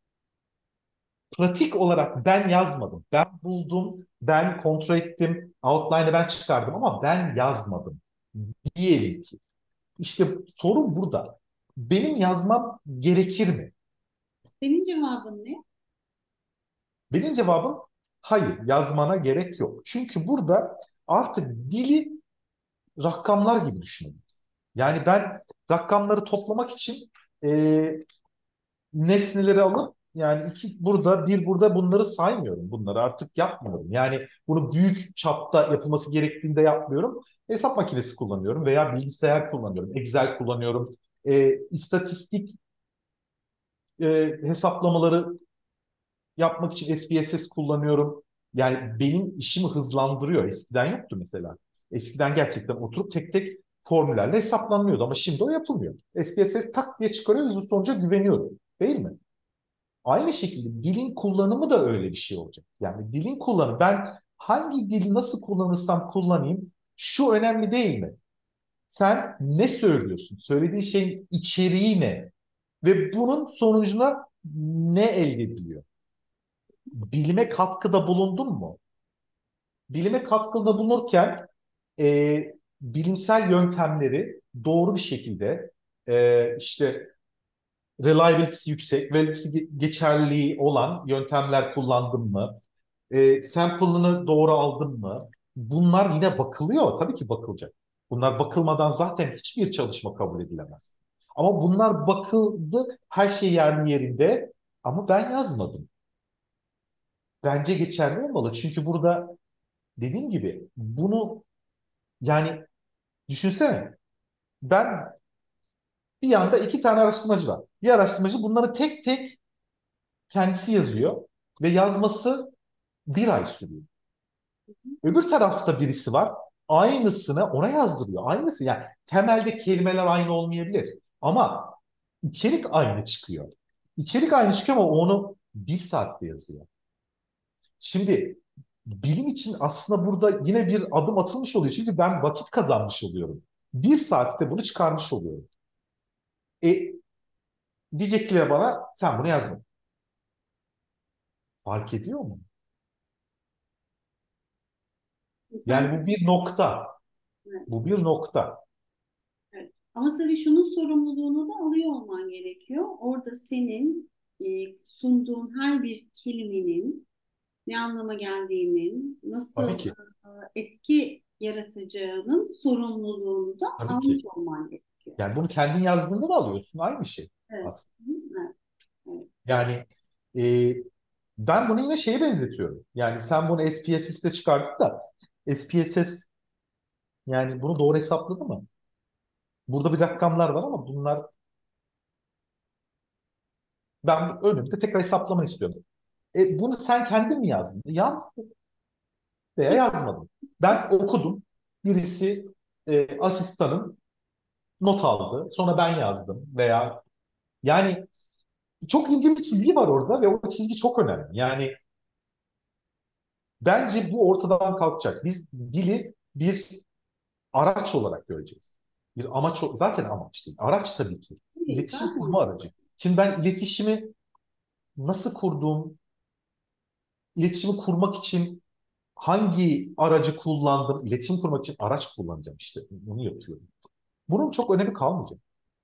pratik olarak ben yazmadım. Ben buldum, ben kontrol ettim, outline'ı ben çıkardım ama ben yazmadım. Diyelim ki. İşte sorun burada. Benim yazmam gerekir mi?
Senin cevabın ne?
Benim cevabım hayır, yazmana gerek yok. Çünkü burada artık dili rakamlar gibi düşünün. Yani ben rakamları toplamak için e, nesneleri alıp, yani iki burada bir burada, bunları saymıyorum. Bunları artık yapmıyorum. Yani bunu büyük çapta yapılması gerektiğinde yapmıyorum. Hesap makinesi kullanıyorum veya bilgisayar kullanıyorum. Excel kullanıyorum. E, istatistik e, hesaplamaları yapmak için S P S S kullanıyorum. Yani benim işimi hızlandırıyor. Eskiden yoktu mesela. Eskiden gerçekten oturup tek tek formüllerle hesaplanmıyordu ama şimdi o yapılmıyor. S P S S tak diye çıkarıyor ve sonuca güveniyorum. Değil mi? Aynı şekilde dilin kullanımı da öyle bir şey olacak. Yani dilin kullanımı, ben hangi dili nasıl kullanırsam kullanayım, şu önemli değil mi? Sen ne söylüyorsun? Söylediğin şeyin içeriği ne? Ve bunun sonucuna ne elde ediliyor? Bilime katkıda bulundun mu? Bilime katkıda bulunurken e, bilimsel yöntemleri doğru bir şekilde, e, işte reliability'si yüksek, validity geçerliliği olan yöntemler kullandın mı? E, sample'ını doğru aldın mı? Bunlar yine bakılıyor. Tabii ki bakılacak. Bunlar bakılmadan zaten hiçbir çalışma kabul edilemez. Ama bunlar bakıldı, her şey yerli yerinde ama ben yazmadım. Bence geçerli olmalı. Çünkü burada dediğim gibi bunu, yani düşünsene, ben bir yanda iki tane araştırmacı var. Bir araştırmacı bunları tek tek kendisi yazıyor ve yazması bir ay sürüyor. Öbür tarafta birisi var. Aynısını ona yazdırıyor. Aynısı, yani temelde kelimeler aynı olmayabilir. Ama içerik aynı çıkıyor. İçerik aynı çıkıyor ama onu bir saatte yazıyor. Şimdi bilim için aslında burada yine bir adım atılmış oluyor. Çünkü ben vakit kazanmış oluyorum. Bir saatte bunu çıkarmış oluyorum. E, diyecekler bana sen bunu yazma. Fark ediyor mu?
Fark
Yani bu bir nokta.
etmez.
Bu bir nokta.
Evet. Ama tabii şunun sorumluluğunu da alıyor olman gerekiyor. Orada senin e, sunduğun her bir kelimenin ne anlama geldiğinin,
Tabii
nasıl
ki.
e, etki yaratacağının sorumluluğunu da
Tabii ki.
almış olman gerekiyor.
Yani bunu kendin yazdığında da alıyorsun. Aynı şey
Evet.
aslında.
Hı, evet.
Yani e, ben bunu yine şeye benzetiyorum. Yani sen bunu S P S S'te çıkardın da S P S S yani bunu doğru hesapladı mı? Burada bir rakamlar var ama bunlar ben önümde tekrar hesaplamanı istiyorum. E, bunu sen kendin mi yazdın? Yazdın veya yazmadın. Ben okudum. Birisi e, asistanım not aldı. Sonra ben yazdım veya yani çok ince bir çizgi var orada ve o çizgi çok önemli. Yani bence bu ortadan kalkacak. Biz dili bir araç olarak göreceğiz. Bir amaç o- zaten amaç değil. Araç tabii ki.
Evet,
İletişim
zaten.
kurma aracı. Şimdi ben iletişimi nasıl kurduğum, iletişimi kurmak için hangi aracı kullandım, iletişim kurmak için araç kullanacağım işte. Bunu yapıyorum. Bunun çok önemi kalmayacak.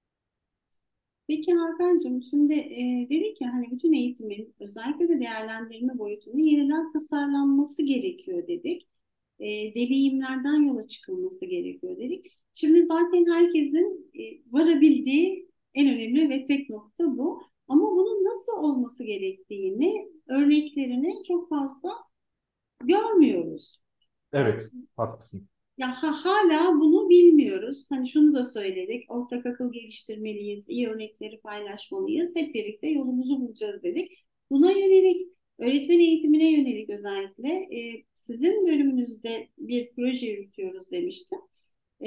Peki Hakan'cığım, şimdi e, dedik ya hani bütün eğitimin özellikle de değerlendirme boyutunun yeniden tasarlanması gerekiyor dedik. E, deneyimlerden yola çıkılması gerekiyor dedik. Şimdi zaten herkesin e, varabildiği en önemli ve tek nokta bu. Ama bunun nasıl olması gerektiğini, örneklerini çok fazla görmüyoruz.
Evet, haklısın.
Ya ha- hala bunu bilmiyoruz. Hani şunu da söyledik. Ortak akıl geliştirmeliyiz, iyi örnekleri paylaşmalıyız. Hep birlikte yolumuzu bulacağız dedik. Buna yönelik, öğretmen eğitimine yönelik özellikle e, sizin bölümünüzde bir proje yürütüyoruz demiştim. E,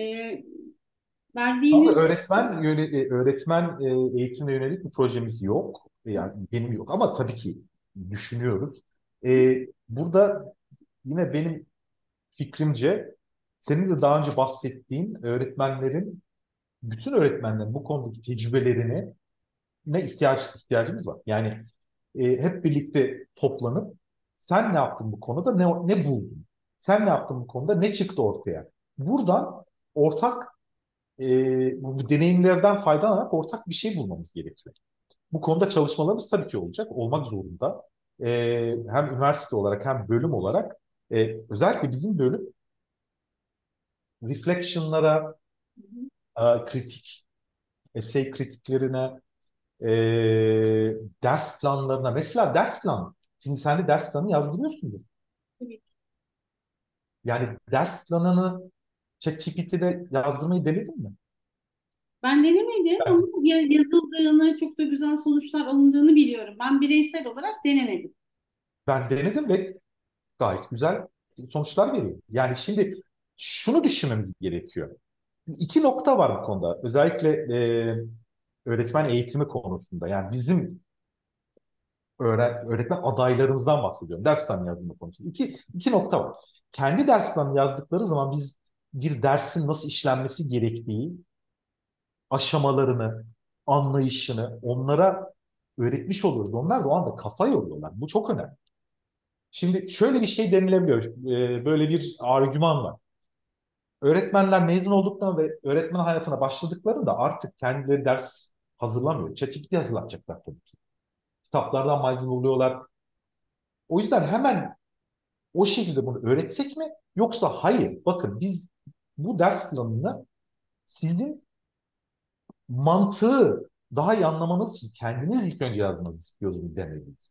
Ama
verdiğiniz
öğretmen yöne, e, öğretmen e, eğitimine yönelik bir projemiz yok. Yani benim yok ama tabii ki düşünüyoruz. E, burada yine benim fikrimce senin de daha önce bahsettiğin öğretmenlerin, bütün öğretmenlerin bu konudaki tecrübelerine ne ihtiyaç ihtiyacımız var. Yani e, hep birlikte toplanıp sen ne yaptın bu konuda, ne, ne buldun? Sen ne yaptın bu konuda, ne çıktı ortaya? Buradan ortak e, bu deneyimlerden faydalanarak ortak bir şey bulmamız gerekiyor. Bu konuda çalışmalarımız tabii ki olacak, olmak zorunda. E, hem üniversite olarak hem bölüm olarak e, özellikle bizim bölüm reflection'lara, e, kritik, essay kritiklerine, e, ders planlarına. Mesela ders planı. Şimdi sen de ders planı yazdırıyorsundur. Yani ders planını ChatGPT'de yazdırmayı denedin mi?
ben denemedim ama
Ben,
ya- yazıldığını, çok da güzel sonuçlar alındığını biliyorum. Ben bireysel olarak denemedim.
ben denedim ve gayet güzel sonuçlar veriyor. Yani şimdi şunu düşünmemiz gerekiyor. İki nokta var bu konuda. Özellikle e, öğretmen eğitimi konusunda. Yani bizim öğren- öğretmen adaylarımızdan bahsediyorum. Ders planı yazdırma konusunda. İki, iki nokta var. Kendi ders planı yazdıkları zaman biz bir dersin nasıl işlenmesi gerektiği aşamalarını, anlayışını onlara öğretmiş oluyoruz. Onlar da o anda kafa yoruyorlar. Bu çok önemli. Şimdi şöyle bir şey denilebiliyor. Ee, böyle bir argüman var. Öğretmenler mezun olduktan ve öğretmen hayatına başladıklarında artık kendileri ders hazırlamıyor. ChatGPT hazırlatacaklar tabii ki. Kitaplardan malzeme buluyorlar. O yüzden hemen o şekilde bunu öğretsek mi? Yoksa hayır, bakın biz bu ders planını sizin mantığı daha iyi anlamanız için kendiniz ilk önce yazmanızı istiyoruz bu demeliyiz.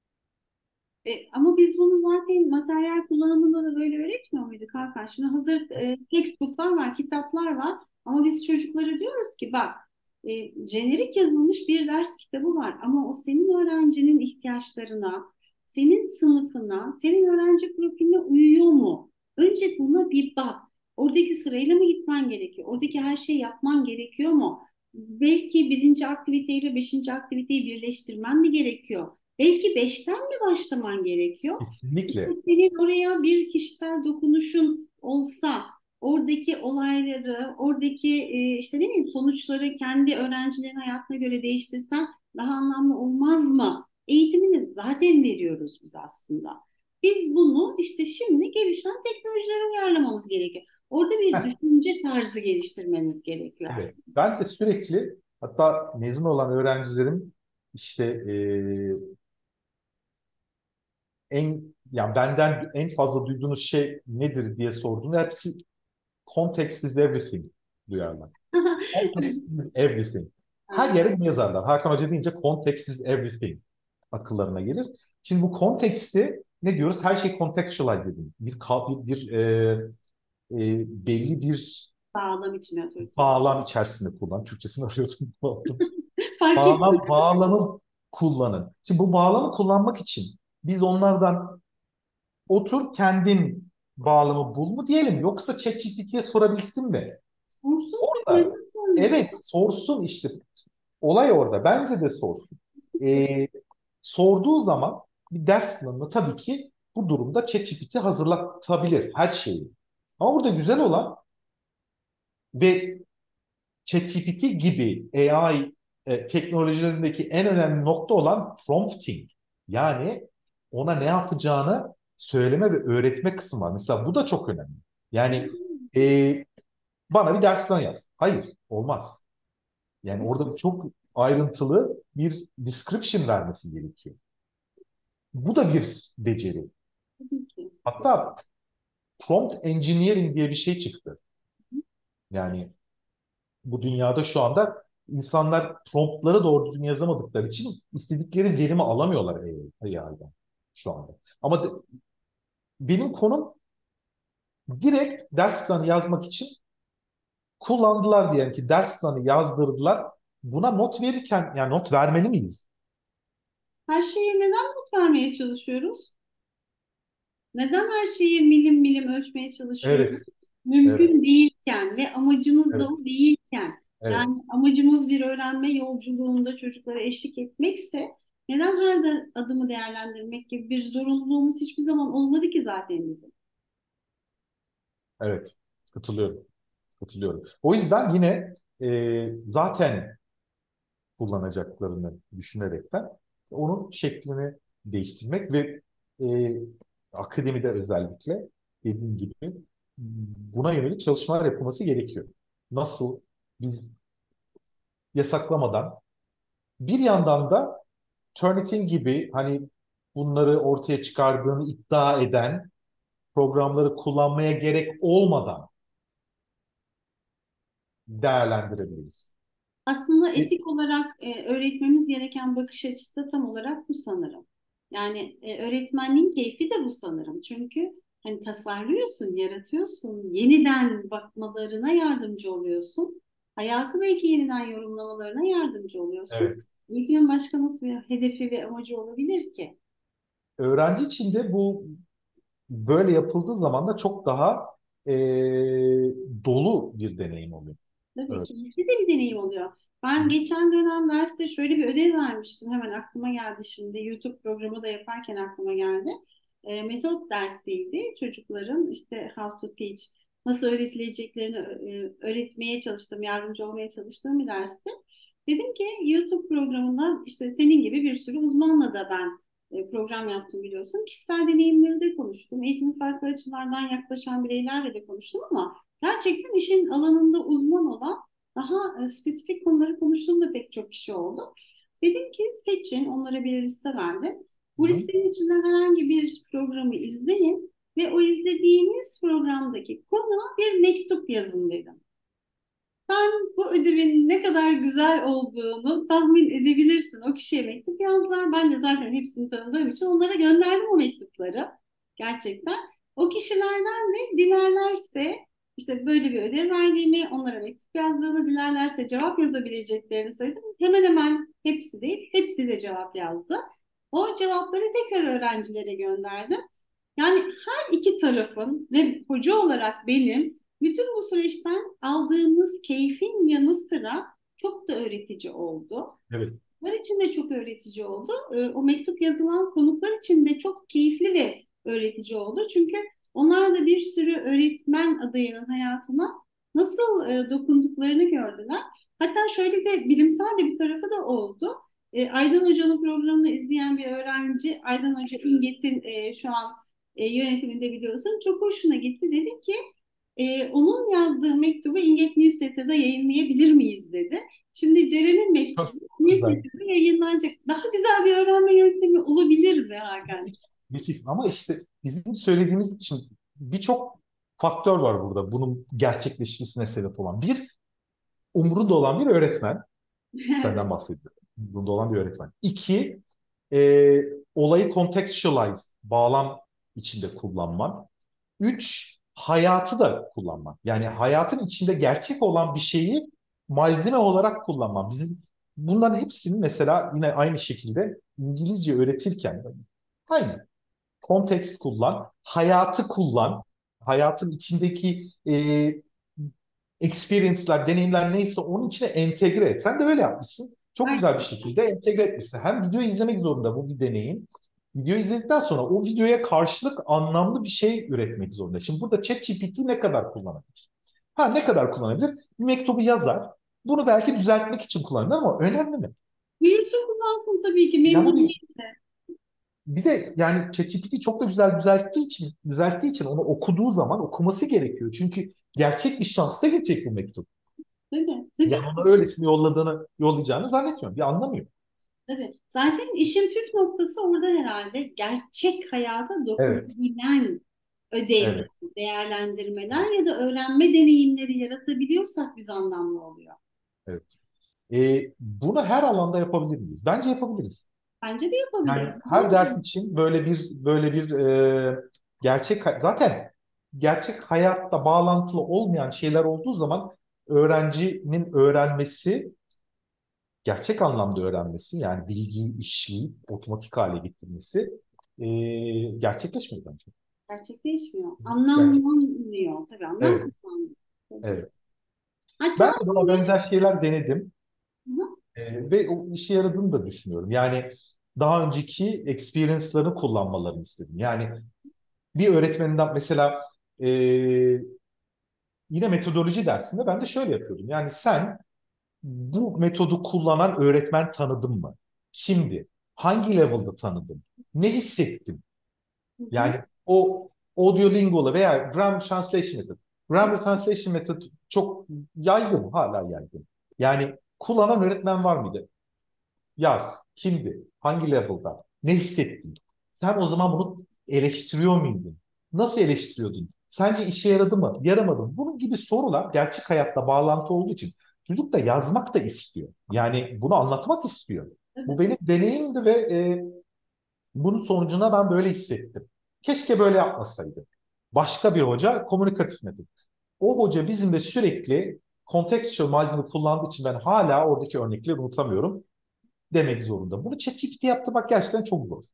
E, ama biz bunu zaten materyal kullanımında da böyle öğretmiyor muyduk Hakan? Şimdi hazır e, textbooklar var, kitaplar var. Ama biz çocuklara diyoruz ki bak, e, jenerik yazılmış bir ders kitabı var. Ama o senin öğrencinin ihtiyaçlarına, senin sınıfına, senin öğrenci profiline uyuyor mu? Önce buna bir bak. Oradaki sırayla mı gitmen gerekiyor? Oradaki her şeyi yapman gerekiyor mu? Belki birinci aktiviteyle beşinci aktiviteyi birleştirmen mi gerekiyor? Belki beşten mi başlaman gerekiyor? İşte
Kesinlikle.
senin oraya bir kişisel dokunuşun olsa, oradaki olayları, oradaki e, işte ne bileyim sonuçları kendi öğrencilerin hayatına göre değiştirsen daha anlamlı olmaz mı? Eğitimini zaten veriyoruz biz aslında. Biz bunu işte şimdi gelişen teknolojilere uyarlamamız gerekiyor. Orada bir
Heh,
düşünce tarzı geliştirmemiz gerekiyor
evet.
aslında.
Ben de sürekli hatta mezun olan öğrencilerim işte e, en yani benden en fazla duyduğunuz şey nedir diye sorduğumda hepsi context is everything duyarlar. Context is everything. Her yere bunu yazarlar. Hakan Hoca deyince context is everything. akıllarına gelir. Şimdi bu konteksti ne diyoruz? Her şey contextualize edin. Bir, bir, bir e, e, belli bir
Bağlam içine oturtuyor.
bağlam içerisinde kullan. Türkçesini arıyordum. Unuttum.
Fark ettim.
Bağlam, bağlamı kullanın. Şimdi bu bağlamı kullanmak için biz onlardan otur kendin bağlamı bul mu diyelim, yoksa ChatGPT'ye sorabilsin mi?
Sorsun tabii.
Orada
Neden sormasın?
evet, sorsun işte. Olay orada. Bence de sorsun. Ee, sorduğu zaman bir ders planını tabii ki bu durumda ChatGPT hazırlatabilir her şeyi. Ama burada güzel olan ve ChatGPT gibi A I e, teknolojilerindeki en önemli nokta olan prompting. Yani ona ne yapacağını söyleme ve öğretme kısmı var. Mesela bu da çok önemli. Yani e, bana bir ders planı yaz. Hayır, olmaz. Yani orada çok ayrıntılı bir description vermesi gerekiyor. Bu da bir beceri.
Tabii ki.
Hatta prompt engineering diye bir şey çıktı. Yani bu dünyada şu anda insanlar promptları doğru düzgün yazamadıkları için istedikleri verimi alamıyorlar A I'den şu anda. Ama de- benim konum direkt ders planı yazmak için kullandılar, diyelim ki ders planı yazdırdılar. Buna not verirken, yani not vermeli miyiz?
Her şeye neden not vermeye çalışıyoruz? Neden her şeyi milim milim ölçmeye çalışıyoruz?
Evet, evet,
Mümkün değilken ve amacımız da
evet,
o değilken,
evet.
yani amacımız bir öğrenme yolculuğunda çocuklara eşlik etmekse neden her de adımı değerlendirmek gibi bir zorunluluğumuz hiçbir zaman olmadı ki zaten bizim.
Evet, katılıyorum. Katılıyorum. O yüzden yine e, zaten kullanacaklarını düşünerekten onun şeklini değiştirmek ve e, akademide özellikle dediğim gibi buna yönelik çalışmalar yapılması gerekiyor. Nasıl biz yasaklamadan, bir yandan da Turnitin gibi hani bunları ortaya çıkardığını iddia eden programları kullanmaya gerek olmadan değerlendirebiliriz.
Aslında
E,
etik olarak e, öğretmemiz gereken bakış açısı da tam olarak bu sanırım. Yani e, öğretmenliğin keyfi de bu sanırım. Çünkü hani tasarlıyorsun, yaratıyorsun, yeniden bakmalarına yardımcı oluyorsun. Hayatı belki yeniden yorumlamalarına yardımcı oluyorsun.
Evet.
Eğitimin başka nasıl bir hedefi ve amacı olabilir ki?
Öğrenci için de bu böyle yapıldığı zaman da çok daha e, dolu bir deneyim oluyor.
Tabii
Evet.
keyifli de bir deneyim oluyor. Ben geçen dönem derste şöyle bir ödev vermiştim. Hemen aklıma geldi şimdi. YouTube programı da yaparken aklıma geldi. E, metot dersiydi. Çocukların işte how to teach, nasıl öğretileceklerini e, öğretmeye çalıştım, yardımcı olmaya çalıştığım bir dersti. Dedim ki YouTube programından işte senin gibi bir sürü uzmanla da ben e, program yaptım biliyorsun. Kişisel deneyimleri de konuştum. Eğitimin farklı açılardan yaklaşan bireylerle de konuştum ama gerçekten işin alanında uzman olan daha e, spesifik konuları konuştuğum da pek çok kişi oldu. Dedim ki seçin, onlara bir liste verdim. Bu
Hı-hı.
listenin içinden herhangi bir programı izleyin ve o izlediğiniz programdaki konuğa bir mektup yazın dedim. Sen bu ödevin ne kadar güzel olduğunu tahmin edebilirsin. O kişiye mektup yazdılar. Ben de zaten hepsini tanıdığım için onlara gönderdim o mektupları. Gerçekten. O kişilerden de dilerlerse işte böyle bir ödev verdiğimi, onlara mektup yazdığını, dilerlerse cevap yazabileceklerini söyledim. Hemen hemen hepsi değil, hepsi de cevap yazdı. O cevapları tekrar öğrencilere gönderdim. Yani her iki tarafın ve hoca olarak benim bütün bu süreçten aldığımız keyfin yanı sıra çok da öğretici oldu.
Evet.
Onlar için de çok öğretici oldu. Ee, O mektup yazılan konuklar için de çok keyifli ve öğretici oldu. Çünkü onlar da bir sürü öğretmen adayının hayatına nasıl e, dokunduklarını gördüler. Hatta şöyle de bilimsel de bir tarafı da oldu. E, Aydan Hoca'nın programını izleyen bir öğrenci, Aydan Hoca İnget'in e, şu an e, yönetiminde biliyorsun, çok hoşuna gitti. Dedi ki e, onun yazdığı mektubu İnget Newsletter'da yayınlayabilir miyiz dedi. Şimdi Ceren'in
Çok
mektubu
güzel.
newsletter'da yayınlanacak. Daha güzel bir öğrenme yöntemi olabilir mi Hakan?
Nefis, nefis. Ama işte bizim söylediğimiz için birçok faktör var burada bunun gerçekleşmesine sebep olan. Bir, umrunda olan bir öğretmen.
Evet.
Senden bahsediyorum. Umrunda olan bir öğretmen. İki, e, olayı contextualize, bağlam içinde kullanman. Üç, hayatı da kullanman. Yani hayatın içinde gerçek olan bir şeyi malzeme olarak kullanman. Bizim bunların hepsini mesela yine aynı şekilde İngilizce öğretirken aynı. Kontekst kullan, hayatı kullan, hayatın içindeki e, experience'lar, deneyimler neyse onun içine entegre et. Sen de öyle yapmışsın. Çok güzel bir şekilde entegre etmişsin. Hem video izlemek zorunda bu bir deneyim. Video izledikten sonra o videoya karşılık anlamlı bir şey üretmek zorunda. Şimdi burada ChatGPT ne kadar kullanabilir? Ha ne kadar kullanabilir? Bir mektubu yazar. Bunu belki düzeltmek için kullanır ama önemli mi?
Büyüsün kullansın tabii ki
Ya bu bir
memnuniyetle.
Bir de yani ChatGPT çok da güzel düzelttiği için düzelttiği için onu okuduğu zaman okuması gerekiyor. Çünkü gerçek bir şansa geçecek bu mektup.
Tabii, tabii,
Yani ona öylesine yolladığını yollayacağını zannetmiyorum. Bir anlamı yok.
tabii. Zaten işin püf noktası orada herhalde gerçek hayata
Evet,
dokunabilen ödevler,
evet,
değerlendirmeler ya da öğrenme deneyimleri yaratabiliyorsak biz anlamlı oluyor.
evet. Ee, bunu her alanda yapabilir miyiz? Bence yapabiliriz.
Bence de
Yani
yapabiliriz.
her ders için böyle bir böyle bir e, gerçek zaten gerçek hayatta bağlantılı olmayan şeyler olduğu zaman öğrencinin öğrenmesi gerçek anlamda öğrenmesi yani bilgiyi işleyip otomatik hale getirmesi e, gerçekleşmiyor bence.
Gerçekleşmiyor.
Gerçek.
Anlamlanmıyor. Tabii anlam
Evet,
kazanmıyor. Tabii.
evet.
Hatta
Ben de buna
böyle,
benzer şeyler denedim
hı,
e, ve o işe yaradığını da düşünüyorum. Yani daha önceki experience'larını kullanmalarını istedim. Yani bir öğretmeninden mesela e, yine metodoloji dersinde ben de şöyle yapıyordum. Yani sen bu metodu kullanan öğretmen tanıdın mı? Kimdi? Hangi level'da tanıdın? Ne hissettin?
hı, hı,
Yani o Audiolingo'la veya Grammar Translation Method. Grammar Translation Method çok yaygın, hala yaygın. Yani kullanan öğretmen var mıydı? Yaz. Kimdi? Hangi level'da? Ne hissettin? Sen o zaman bunu eleştiriyor muydun? Nasıl eleştiriyordun? Sence işe yaradı mı? Yaramadı mı? Bunun gibi sorular gerçek hayatta bağlantı olduğu için çocuk da yazmak da istiyor. Yani bunu anlatmak istiyor. Bu
tabii.
benim deneyimdi ve e, bunun sonucunda ben böyle hissettim. Keşke böyle yapmasaydı. Başka bir hoca komunikatif metot. O hoca bizim de sürekli contextual malzeme kullandığı için ben hala oradaki örnekleri unutamıyorum demek zorunda. Bunu ChatGPT yaptı bak gerçekten çok zor.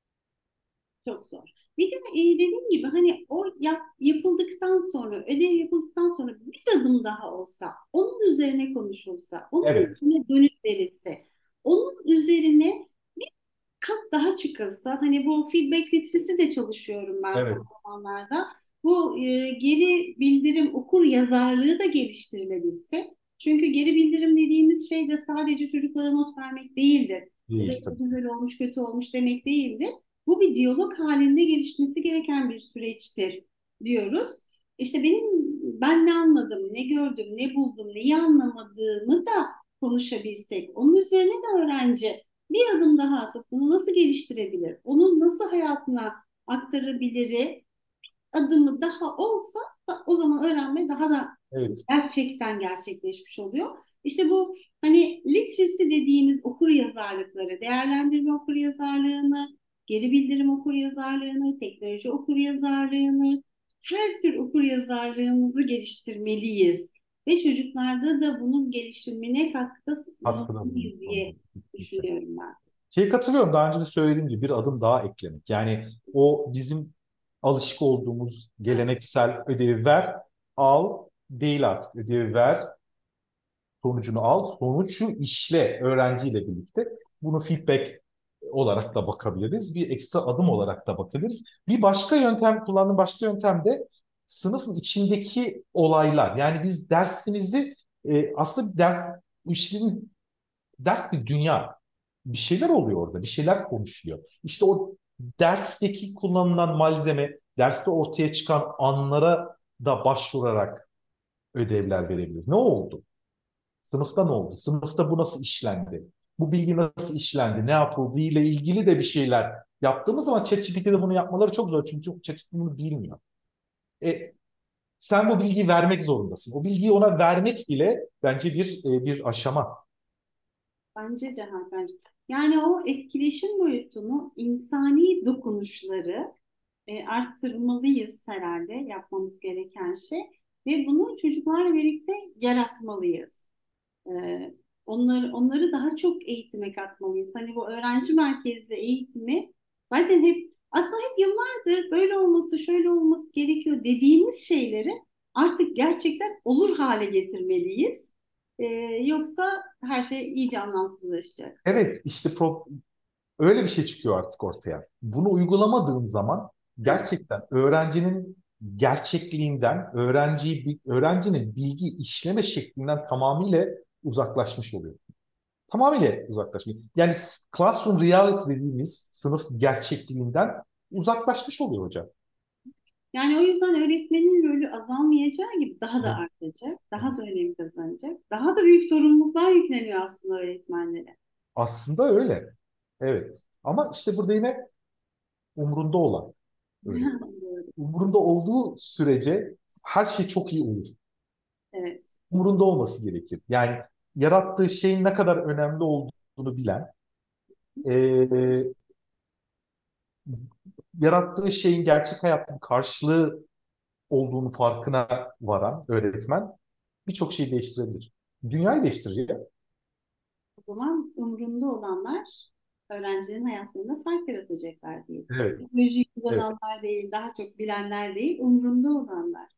Çok zor. Bir de e, dediğim gibi hani o yap, yapıldıktan sonra, ödev yapıldıktan sonra bir adım daha olsa, onun üzerine konuşulsa, onun
Evet,
üzerine dönüp verilse, onun üzerine kat daha çıkılsa, hani bu feedback litresi de çalışıyorum ben son
evet,
zamanlarda. Bu e, geri bildirim okur yazarlığı da geliştirilebilse. Çünkü geri bildirim dediğimiz şey de sadece çocuklara not vermek değildir. Ya da
değil
işte
tabii ki.
güzel olmuş, kötü olmuş demek değildir. Bu bir diyalog halinde gelişmesi gereken bir süreçtir diyoruz. İşte benim ben ne anladım, ne gördüm, ne buldum, neyi anlamadığımı da konuşabilsek. Onun üzerine de öğrenci bir adım daha atıp bunu nasıl geliştirebilir, onun nasıl hayatına aktarabilir adımı daha olsa o zaman öğrenme daha da
Evet,
gerçekten gerçekleşmiş oluyor. İşte bu hani literacy dediğimiz okur yazarlıkları, değerlendirme okur yazarlığını, geri bildirim okur yazarlığını, teknoloji okur yazarlığını, her tür okur yazarlığımızı geliştirmeliyiz. Ve çocuklarda da bunun gelişimine katkıda
katkıda
bulunmalıyız diye
bulunmak.
düşünüyorum ben.
Şey katılıyorum daha önce de söylediğim gibi bir adım daha eklemek. Yani o bizim alışık olduğumuz geleneksel ödevi ver, al, değil artık ödevi ver, sonucunu al, sonucu işle öğrenciyle birlikte. Bunu feedback olarak da bakabiliriz. Bir ekstra adım olarak da bakabiliriz. Bir başka yöntem kullandığım başka yöntem de sınıfın içindeki olaylar. Yani biz dersimizi e, aslında ders işlediğimiz ders bir dünya. Bir şeyler oluyor orada, bir şeyler konuşuluyor. İşte o dersteki kullanılan malzeme, derste ortaya çıkan anlara da başvurarak ödevler verebiliriz. Ne oldu? Sınıfta ne oldu? Sınıfta bu nasıl işlendi? Bu bilgi nasıl işlendi? Ne yapıldığı ile ilgili de bir şeyler yaptığımız zaman ChatGPT'de bunu yapmaları çok zor. Çünkü ChatGPT bunu bilmiyor. E, sen bu bilgiyi vermek zorundasın. O bilgiyi ona vermek bile bence bir e, bir aşama.
Bence de Hakan. Yani o etkileşim boyutunu, insani dokunuşları e, arttırmalıyız herhalde, yapmamız gereken şey. Ve bunu çocuklarla birlikte yaratmalıyız. E, onları, onları daha çok eğitime katmalıyız. Hani bu öğrenci merkezli eğitimi zaten hep, aslında hep yıllardır böyle olması, şöyle olması gerekiyor dediğimiz şeyleri artık gerçekten olur hale getirmeliyiz. E, Yoksa her şey iyice anlamsızlaşacak.
Evet, işte pro- öyle bir şey çıkıyor artık ortaya. Bunu uygulamadığım zaman gerçekten öğrencinin gerçekliğinden, öğrenciyi, öğrencinin bilgi işleme şeklinden tamamıyla uzaklaşmış oluyor. Tamamıyla uzaklaşmış. Yani classroom reality dediğimiz sınıf gerçekliğinden uzaklaşmış oluyor hocam.
Yani o yüzden öğretmenin rolü azalmayacağı gibi daha da
Evet.
artacak, daha da önem kazanacak, daha da büyük sorumluluklar yükleniyor aslında öğretmenlere.
Aslında öyle. Evet. Ama işte burada yine umrunda olan öğretmen.
Doğru.
Umrunda olduğu sürece her şey çok iyi olur.
Evet.
Umrunda olması gerekir. Yani yarattığı şeyin ne kadar önemli olduğunu bilen, e, yarattığı şeyin gerçek hayatta bir karşılığı olduğunu farkına varan öğretmen birçok şeyi değiştirebilir. Dünyayı değiştirir ya.
O zaman umrunda olanlar öğrencinin hayatlarında fark yaratacaklar diye.
Evet,
Teknolojiyi
evet.
kullananlar değil, daha çok bilenler değil, umrunda olanlar.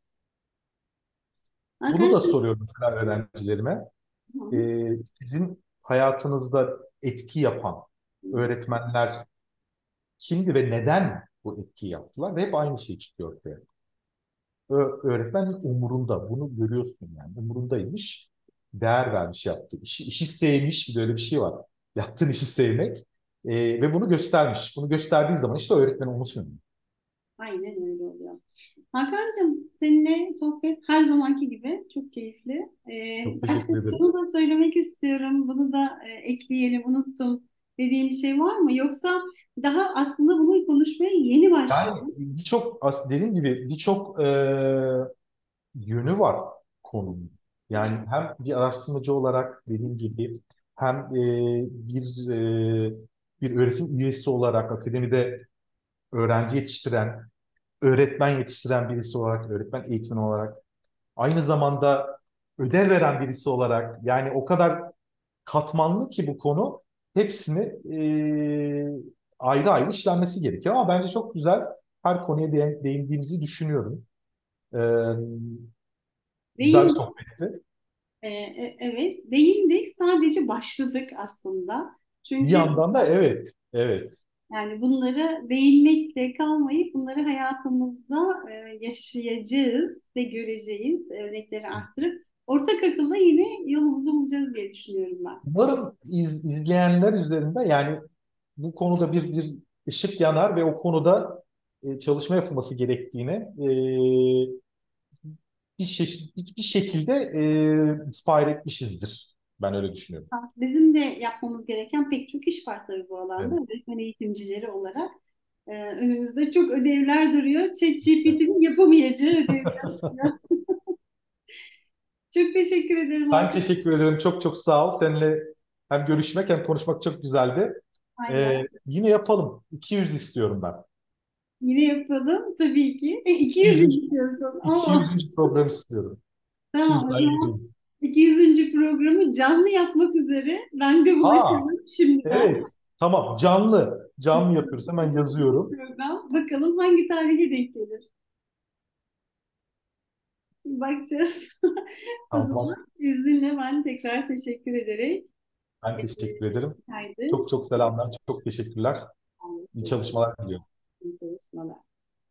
Bunu da
Arkadaşlar,
soruyorum mesela öğrencilerime. E, sizin hayatınızda etki yapan öğretmenler kimdi ve neden bu etkiyi yaptılar? Ve hep aynı şey çıkıyor ortaya. Ö- öğretmen umurunda. Bunu görüyorsun yani. Umurundaymış. Değer vermiş yaptığı işi. İşi sevmiş. Böyle bir şey var. Yaptığın işi sevmek. E, ve bunu göstermiş. Bunu gösterdiği zaman işte öğretmen onu sunuyor.
aynen öyle oluyor. Hakan'cığım, seninle sohbet her zamanki gibi çok keyifli. Ee,
Çok
başka
teşekkür ederim.
şunu da söylemek istiyorum. Bunu da e, ekleyelim, unuttum dediğim bir şey var mı? Yoksa daha aslında bunu konuşmaya yeni
Yani
başlıyoruz.
birçok as- dediğim gibi birçok e, yönü var konunun. Yani hem bir araştırmacı olarak dediğim gibi hem e, bir e, bir öğretim üyesi olarak akademide öğrenci yetiştiren, öğretmen yetiştiren birisi olarak, öğretmen eğitmeni olarak, aynı zamanda ödev veren birisi olarak yani o kadar katmanlı ki bu konu hepsini e, ayrı ayrı işlenmesi gerekiyor. Ama bence çok güzel her konuya değin- değindiğimizi düşünüyorum. E, güzel bir
Değindik,
sohbetti.
e, e, evet, değindik. Sadece başladık aslında.
Bir
Çünkü
yandan da evet, evet.
yani bunları değinmekle kalmayıp bunları hayatımızda e, yaşayacağız ve göreceğiz. Örnekleri arttırıp ortak akılla yine yolumuzu bulacağız diye düşünüyorum ben.
Umarım iz- izleyenler üzerinde yani bu konuda bir bir ışık yanar ve o konuda e, çalışma yapılması gerektiğini e, bir, şey, bir, bir şekilde e, inspire etmişizdir. Ben öyle düşünüyorum.
Bizim de yapmamız gereken pek çok iş var tabii bu alanda.
Evet.
Öğretmen eğitimcileri olarak. E, önümüzde çok ödevler duruyor.
Evet.
ChatGPT'nin yapamayacağı ödevler duruyor. Çok teşekkür ederim
Ben
arkadaşlar.
teşekkür ederim. Çok çok sağ ol. Seninle hem görüşmek hem konuşmak çok güzeldi.
Aynen.
E, yine yapalım. iki yüz istiyorum ben.
Yine yapalım tabii ki. E, iki yüz mü
iki yüz.
istiyorsun? Oo,
iki yüzüncü program istiyorum.
tamam
Şimdi
o zaman.
ayırayım.
iki yüzüncü programı canlı yapmak üzere
Aa,
randevulaşalım şimdiden.
evet. Tamam. Canlı. Canlı yapıyoruz. Hemen yazıyorum.
Program. Bakalım hangi tarihe denk gelir. Bakacağız. O
Tamam.
zaman izninle ben tekrar teşekkür ederim.
Ben
Ee,
teşekkür ederim.
Haydi.
Çok çok selamlar. Çok teşekkürler. İyi
Şimdi
çalışmalar diliyorum.
iyi çalışmalar.